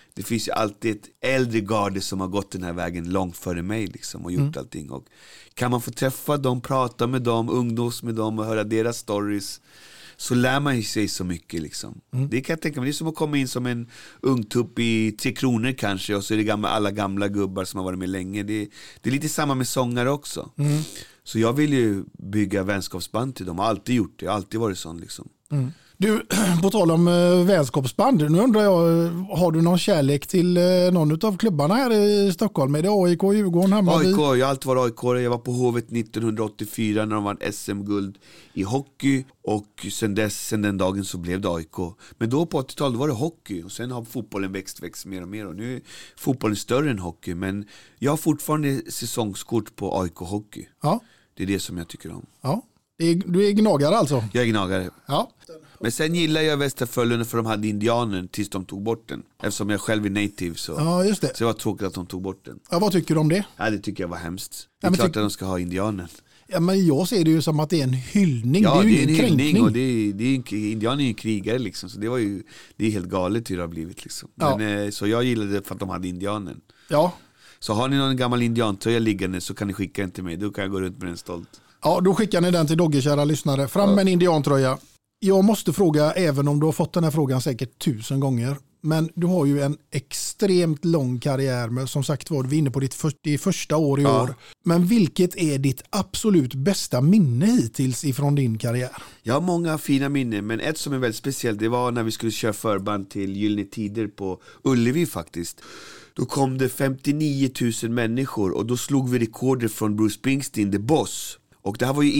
det finns ju alltid ett äldre garde som har gått den här vägen långt före mig liksom, och gjort allting. Och kan man få träffa dem, prata med dem, umgås med dem och höra deras stories, så lär man ju sig så mycket liksom. Det kan jag tänka mig, det är som att komma in som en ung tupp i 3 kronor kanske, och så är det alla gamla gubbar som har varit med länge. Det är lite samma med sångare också. Så jag vill ju bygga vänskapsband till dem, har alltid gjort det, jag har alltid varit sån liksom. Du, på tal om vänskapsband, nu undrar jag, har du någon kärlek till någon av klubbarna här i Stockholm? Är det AIK, Djurgården, Hammarby? AIK, jag har alltid varit AIK. Jag var på Hovet 1984 när de vann SM-guld i hockey, och sen den dagen så blev det AIK. Men då på 80-talet var det hockey, och sen har fotbollen växt mer och mer, och nu är fotbollen större än hockey. Men jag har fortfarande säsongskort på AIK hockey. Ja. Det är det som jag tycker om. Ja. Du är gnagare alltså? Jag är gnagare. Ja. Men sen gillar jag Västra Frölunda för de hade indianen tills de tog bort den. Eftersom jag själv är native så, ja, just det. Så det var tråkigt att de tog bort den. Ja, vad tycker du om det? Ja, det tycker jag var hemskt. Det är klart att de ska ha indianen. Ja, men jag ser det ju som att det är en hyllning. Ja, det är ju en ingen hyllning, kränkning. och indianen är ju krigare liksom. Så det är helt galet hur det har blivit liksom. Ja. Men, så jag gillade det för att de hade indianen. Ja. Så har ni någon gammal indiantröja liggande så kan ni skicka den till mig. Då kan jag gå runt med den stolt. Ja, då skickar ni den till Dogge, kära lyssnare. Fram med en indiantröja. Jag måste fråga, även om du har fått den här frågan säkert 1000 gånger, men du har ju en extremt lång karriär med, som sagt var, vi är inne på ditt 41:a år i år. Men vilket är ditt absolut bästa minne hittills ifrån din karriär? Jag har många fina minnen, men ett som är väldigt speciellt, det var när vi skulle köra förband till Gyllene Tider på Ullevi faktiskt. Då kom det 59 000 människor, och då slog vi rekorder från Bruce Springsteen, The Boss. Och det här var ju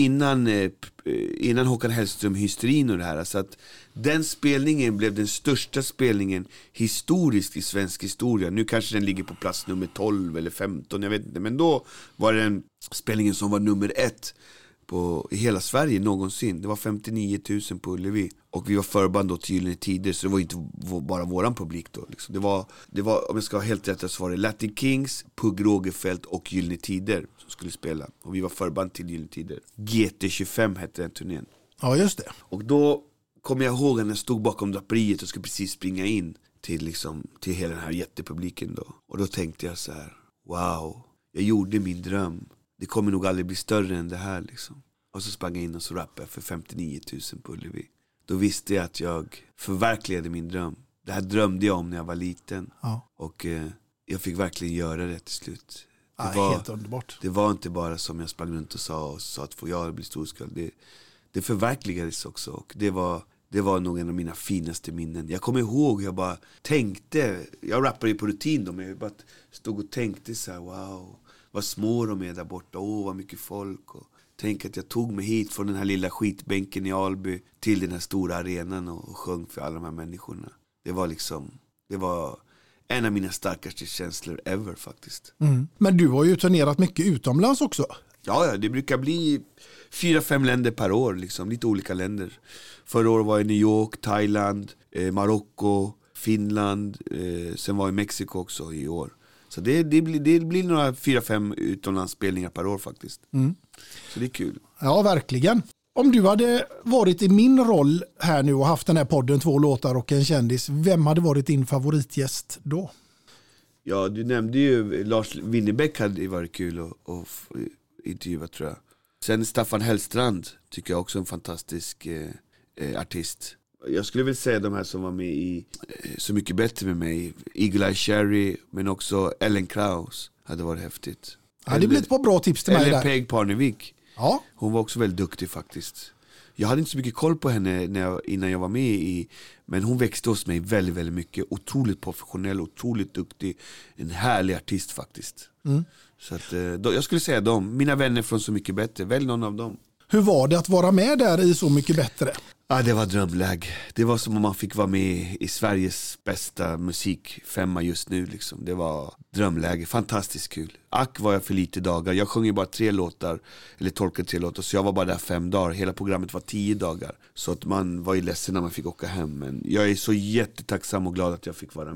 innan Håkan Hellström-hysterin och det här. Så att den spelningen blev den största spelningen historiskt i svensk historia. Nu kanske den ligger på plats nummer 12 eller 15, jag vet inte. Men då var det den spelningen som var nummer 1 i hela Sverige någonsin. Det var 59 000 på Ullevi. Och vi var förband då till Gyllene Tider, så det var inte bara våran publik då liksom. Det var, om jag ska ha helt rätt, så var det Latin Kings, Pugh Rogefeldt och Gyllene Tider som skulle spela. Och vi var förband till Gyllene Tider. GT25 hette den turnén. Ja, just det. Och då kommer jag ihåg när jag stod bakom draperiet och skulle precis springa in till hela den här jättepubliken då. Och då tänkte jag så här: wow, jag gjorde min dröm. Det kommer nog aldrig bli större än det här liksom. Och så sprang jag in och så rappade jag för 59 000 på Ullevi. Då visste jag att jag förverkligade min dröm. Det här drömde jag om när jag var liten. Ja. Och jag fick verkligen göra det till slut. Det var helt underbart. Det var inte bara som jag sprang runt och sa att får jag bli storskuld. Det förverkligades också. Och det var nog en av mina finaste minnen. Jag kommer ihåg, jag bara tänkte, jag rappade ju på rutin då, men jag bara stod och tänkte så här: wow, vad små de är där borta, vad mycket folk. Och tänk att jag tog mig hit från den här lilla skitbänken i Alby till den här stora arenan och sjöng för alla de här människorna. Det var en av mina starkaste känslor ever faktiskt. Men du har ju turnerat mycket utomlands också. Ja, det brukar bli 4-5 länder per år liksom, lite olika länder. Förra året var jag i New York, Thailand, Marocko, Finland, sen var jag i Mexiko också i år. Så det blir några 4-5 utomlandsspelningar per år faktiskt. Så det är kul. Ja, verkligen. Om du hade varit i min roll här nu och haft den här podden 2 låtar och en kändis, vem hade varit din favoritgäst då? Ja, du nämnde ju Lars Winnerbäck, hade varit kul att intervjua tror jag. Sen Staffan Hellstrand tycker jag också är en fantastisk artist. Jag skulle väl säga de här som var med i Så mycket bättre med mig. Eagle Eye Cherry, men också Ellen Krauss hade varit häftigt. Ja, det blir ett par bra tips till mig där. Eller Peg Parnevik. Ja. Hon var också väldigt duktig faktiskt. Jag hade inte så mycket koll på henne innan jag var med i, men hon växte hos mig väldigt, väldigt mycket. Otroligt professionell, otroligt duktig. En härlig artist faktiskt. Så att, jag skulle säga dem. Mina vänner från Så mycket bättre. Välj någon av dem. Hur var det att vara med där i Så mycket bättre? Ja, det var drömläge. Det var som om man fick vara med i Sveriges bästa musikfemma just nu liksom. Det var drömläge, fantastiskt kul. Ack var jag för lite dagar. Jag sjöng ju bara 3 låtar, eller tolkade 3 låtar, så jag var bara där 5 dagar. Hela programmet var 10 dagar. Så att man var ju ledsen när man fick åka hem. Men jag är så jättetacksam och glad att jag fick vara med.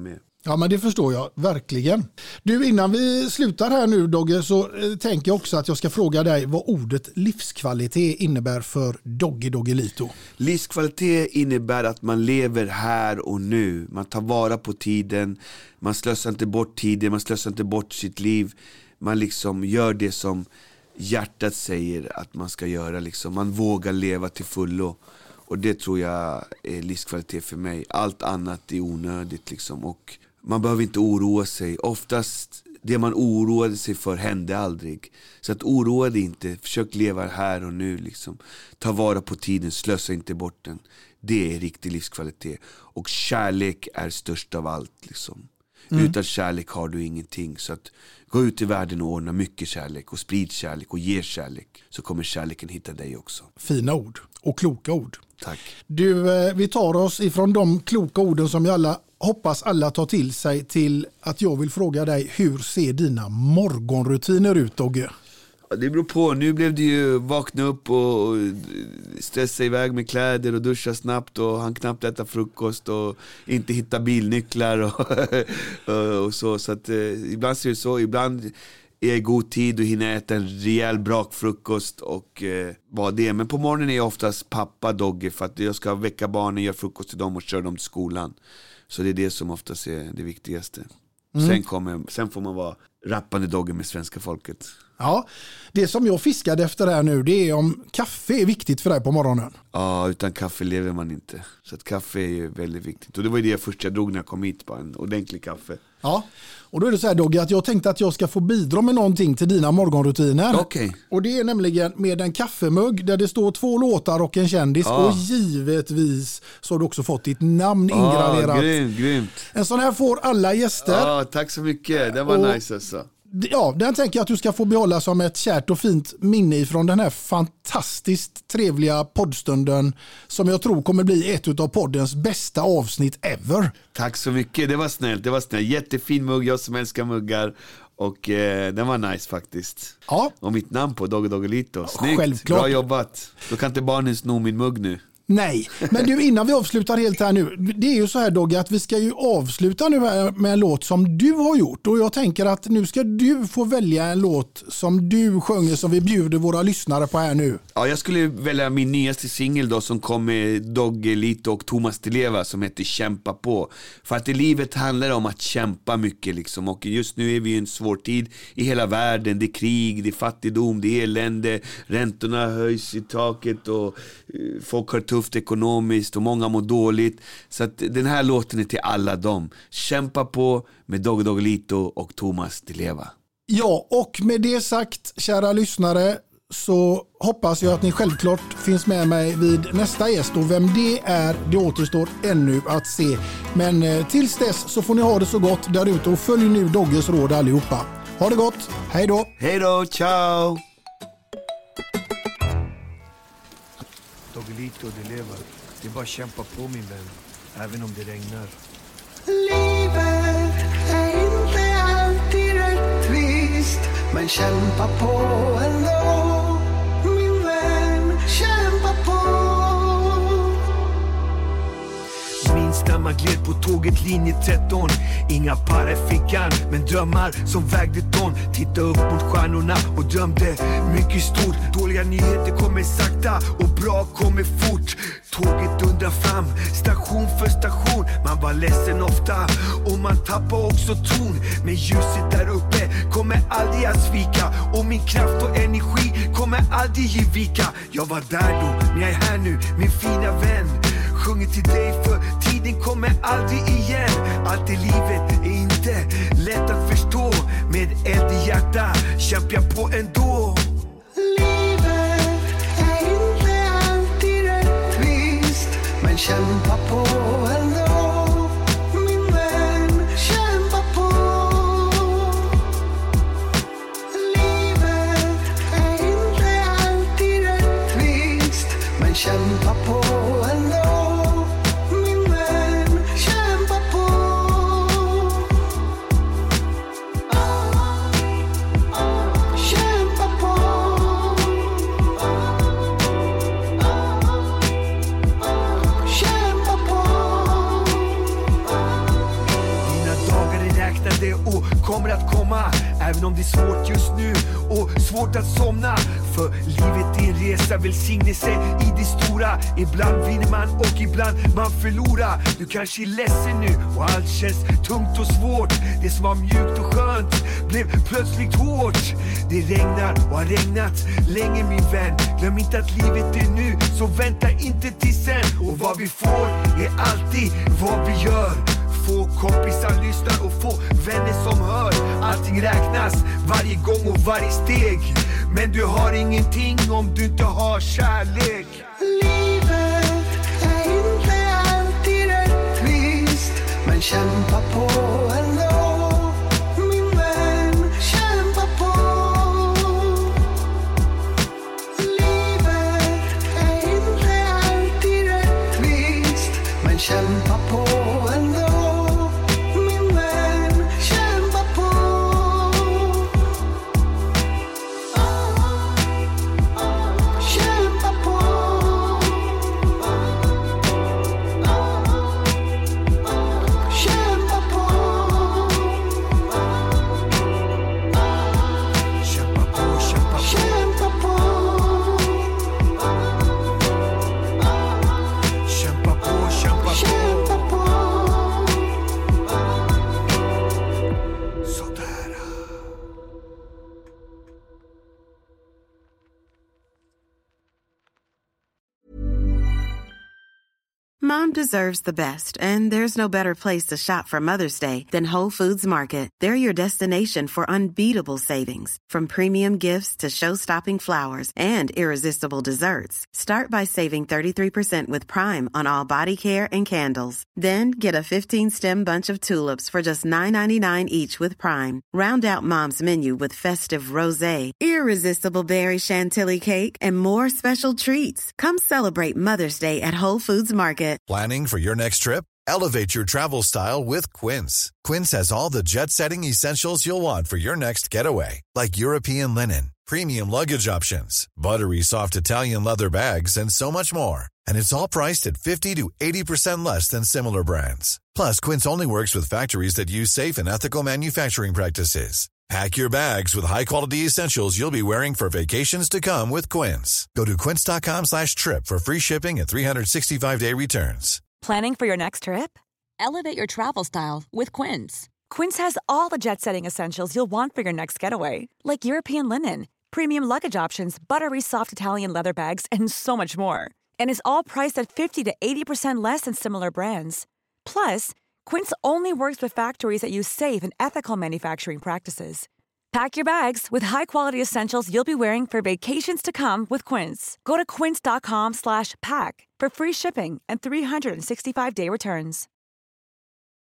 Ja, men det förstår jag verkligen. Du, innan vi slutar här nu Dogge, så tänker jag också att jag ska fråga dig vad ordet livskvalitet innebär för Doggelito. Livskvalitet innebär att man lever här och nu. Man tar vara på tiden. Man slösar inte bort tiden. Man slösar inte bort sitt liv. Man liksom gör det som hjärtat säger att man ska göra. Liksom. Man vågar leva till fullo. Och det tror jag är livskvalitet för mig. Allt annat är onödigt liksom. Och man behöver inte oroa sig. Oftast det man oroade sig för hände aldrig. Så att oroa dig inte. Försök leva här och nu liksom. Ta vara på tiden. Slösa inte bort den. Det är riktig livskvalitet. Och kärlek är störst av allt liksom. Utan kärlek har du ingenting. Så att gå ut i världen och ordna mycket kärlek. Och sprid kärlek och ge kärlek. Så kommer kärleken hitta dig också. Fina ord och kloka ord. Tack. Du, vi tar oss ifrån de kloka orden som jag hoppas alla tar till sig till att jag vill fråga dig, hur ser dina morgonrutiner ut, Dogge? Ja, det beror på. Nu blev det ju vakna upp och stressa iväg med kläder och duscha snabbt och han knappt äta frukost och inte hitta bilnycklar och så. Så att ibland ser det så, ibland är jag i god tid och hinner äta en rejäl brakfrukost och vad det är. Men på morgonen är jag oftast pappa Dogge för att jag ska väcka barnen, göra frukost till dem och köra dem till skolan. Så det är det som oftast är det viktigaste. Sen får man vara rappande Dogge med svenska folket. Ja, det som jag fiskade efter här nu, det är om kaffe är viktigt för dig på morgonen. Ja, utan kaffe lever man inte. Så att kaffe är ju väldigt viktigt. Och det var ju det jag först jag drog när jag kom hit, bara en ordentlig kaffe. Ja, och då är det så här Dogge att jag tänkte att jag ska få bidra med någonting till dina morgonrutiner. Okej. Och det är nämligen med en kaffemugg där det står 2 låtar och en kändis. Och givetvis så har du också fått ditt namn ingraverat. Grymt. En sån här får alla gäster. Ja, tack så mycket. Det var nice alltså. Ja, den tänker jag att du ska få behålla som ett kärt och fint minne ifrån den här fantastiskt trevliga poddstunden som jag tror kommer bli ett av poddens bästa avsnitt ever. Tack så mycket, det var snällt. Jättefin mugg, jag som älskar muggar. Och den var nice faktiskt. Ja. Och mitt namn på Doggelito. Snyggt, självklart. Bra jobbat. Då kan inte barnen sno min mugg nu. Nej, men du, innan vi avslutar helt här nu, det är ju så här Dogge att vi ska ju avsluta nu här med en låt som du har gjort och jag tänker att nu ska du få välja en låt som du sjunger som vi bjuder våra lyssnare på här nu. Ja, jag skulle välja min nyaste singel då som kom med Doggelito och Thomas Di Leva som heter Kämpa på. För att i livet handlar det om att kämpa mycket liksom, och just nu är vi i en svår tid i hela världen. Det är krig, det är fattigdom, det är elände, räntorna höjs i taket och folk har tufft ekonomiskt och många mår dåligt. Så att den här låten är till alla dem. Kämpa på med Doggelito och Thomas Di Leva. Ja, och med det sagt, kära lyssnare, så hoppas jag att ni självklart finns med mig vid nästa gäst och vem det är, det återstår ännu att se. Men tills dess så får ni ha det så gott där ute och följ nu Dogges råd allihopa. Ha det gott, hej då! Hej då, ciao! Doggelito, det lever. Det är bara att kämpa på min vän, även om det regnar. Livet är inte alltid rättvist, men kämpa på ändå. Min vän, kämpa på. Minsta man gled på tåget linje 13. Inga par i fickan, men drömmar som vägde ton. Titta upp mot stjärnorna och drömde mycket stort. Dåliga nyheter kommer sakta och bra kommer fort. Tåget dundrar fram, station för station. Man var ledsen ofta och man tappar också ton. Men ljuset där uppe kommer aldrig att svika. Och min kraft och energi kommer aldrig ge vika. Jag var där då, men jag är här nu, min fina vän. Sjunger till dig för tiden kommer aldrig igen. Allt i livet är inte lätt att förstå. Med eld i hjärta kämpar jag på ändå. Livet är inte alltid rättvist, men kämpa på ändå. Min vän, kämpa på. Livet är inte alltid rättvist, men kämpa på ändå. Kämpa på. kommer att komma. Även om det är svårt just nu och svårt att somna. För livet är en resa, välsignelse i det stora. Ibland vinner man och ibland man förlorar. Du kanske är ledsen nu och allt känns tungt och svårt. Det som var mjukt och skönt blev plötsligt hårt. Det regnar och har regnat länge min vän. Glöm inte att livet är nu, så vänta inte till sen. Och vad vi får är alltid vad vi gör. Få kompisar lyssnar och få vänner som hör. Allting räknas varje gång och varje steg. Men du har ingenting om du inte har kärlek. Livet är inte alltid rättvist, men kämpa på ändå, min vän, kämpa på. Livet är inte alltid rättvist, men kämpa på ändå. Mom deserves the best, and there's no better place to shop for Mother's Day than Whole Foods Market. They're your destination for unbeatable savings, from premium gifts to show-stopping flowers and irresistible desserts. Start by saving 33% with Prime on all body care and candles. Then get a 15-stem bunch of tulips for just $9.99 each with Prime. Round out Mom's menu with festive rosé, irresistible berry chantilly cake, and more special treats. Come celebrate Mother's Day at Whole Foods Market. Planning for your next trip? Elevate your travel style with Quince. Quince has all the jet-setting essentials you'll want for your next getaway, like European linen, premium luggage options, buttery soft Italian leather bags, and so much more. And it's all priced at 50 to 80% less than similar brands. Plus, Quince only works with factories that use safe and ethical manufacturing practices. Pack your bags with high-quality essentials you'll be wearing for vacations to come with Quince. Go to quince.com/trip for free shipping and 365-day returns. Planning for your next trip? Elevate your travel style with Quince. Quince has all the jet-setting essentials you'll want for your next getaway, like European linen, premium luggage options, buttery soft Italian leather bags, and so much more. And is all priced at 50 to 80% less than similar brands. Plus, Quince only works with factories that use safe and ethical manufacturing practices. Pack your bags with high-quality essentials you'll be wearing for vacations to come with Quince. Go to quince.com/pack for free shipping and 365-day returns.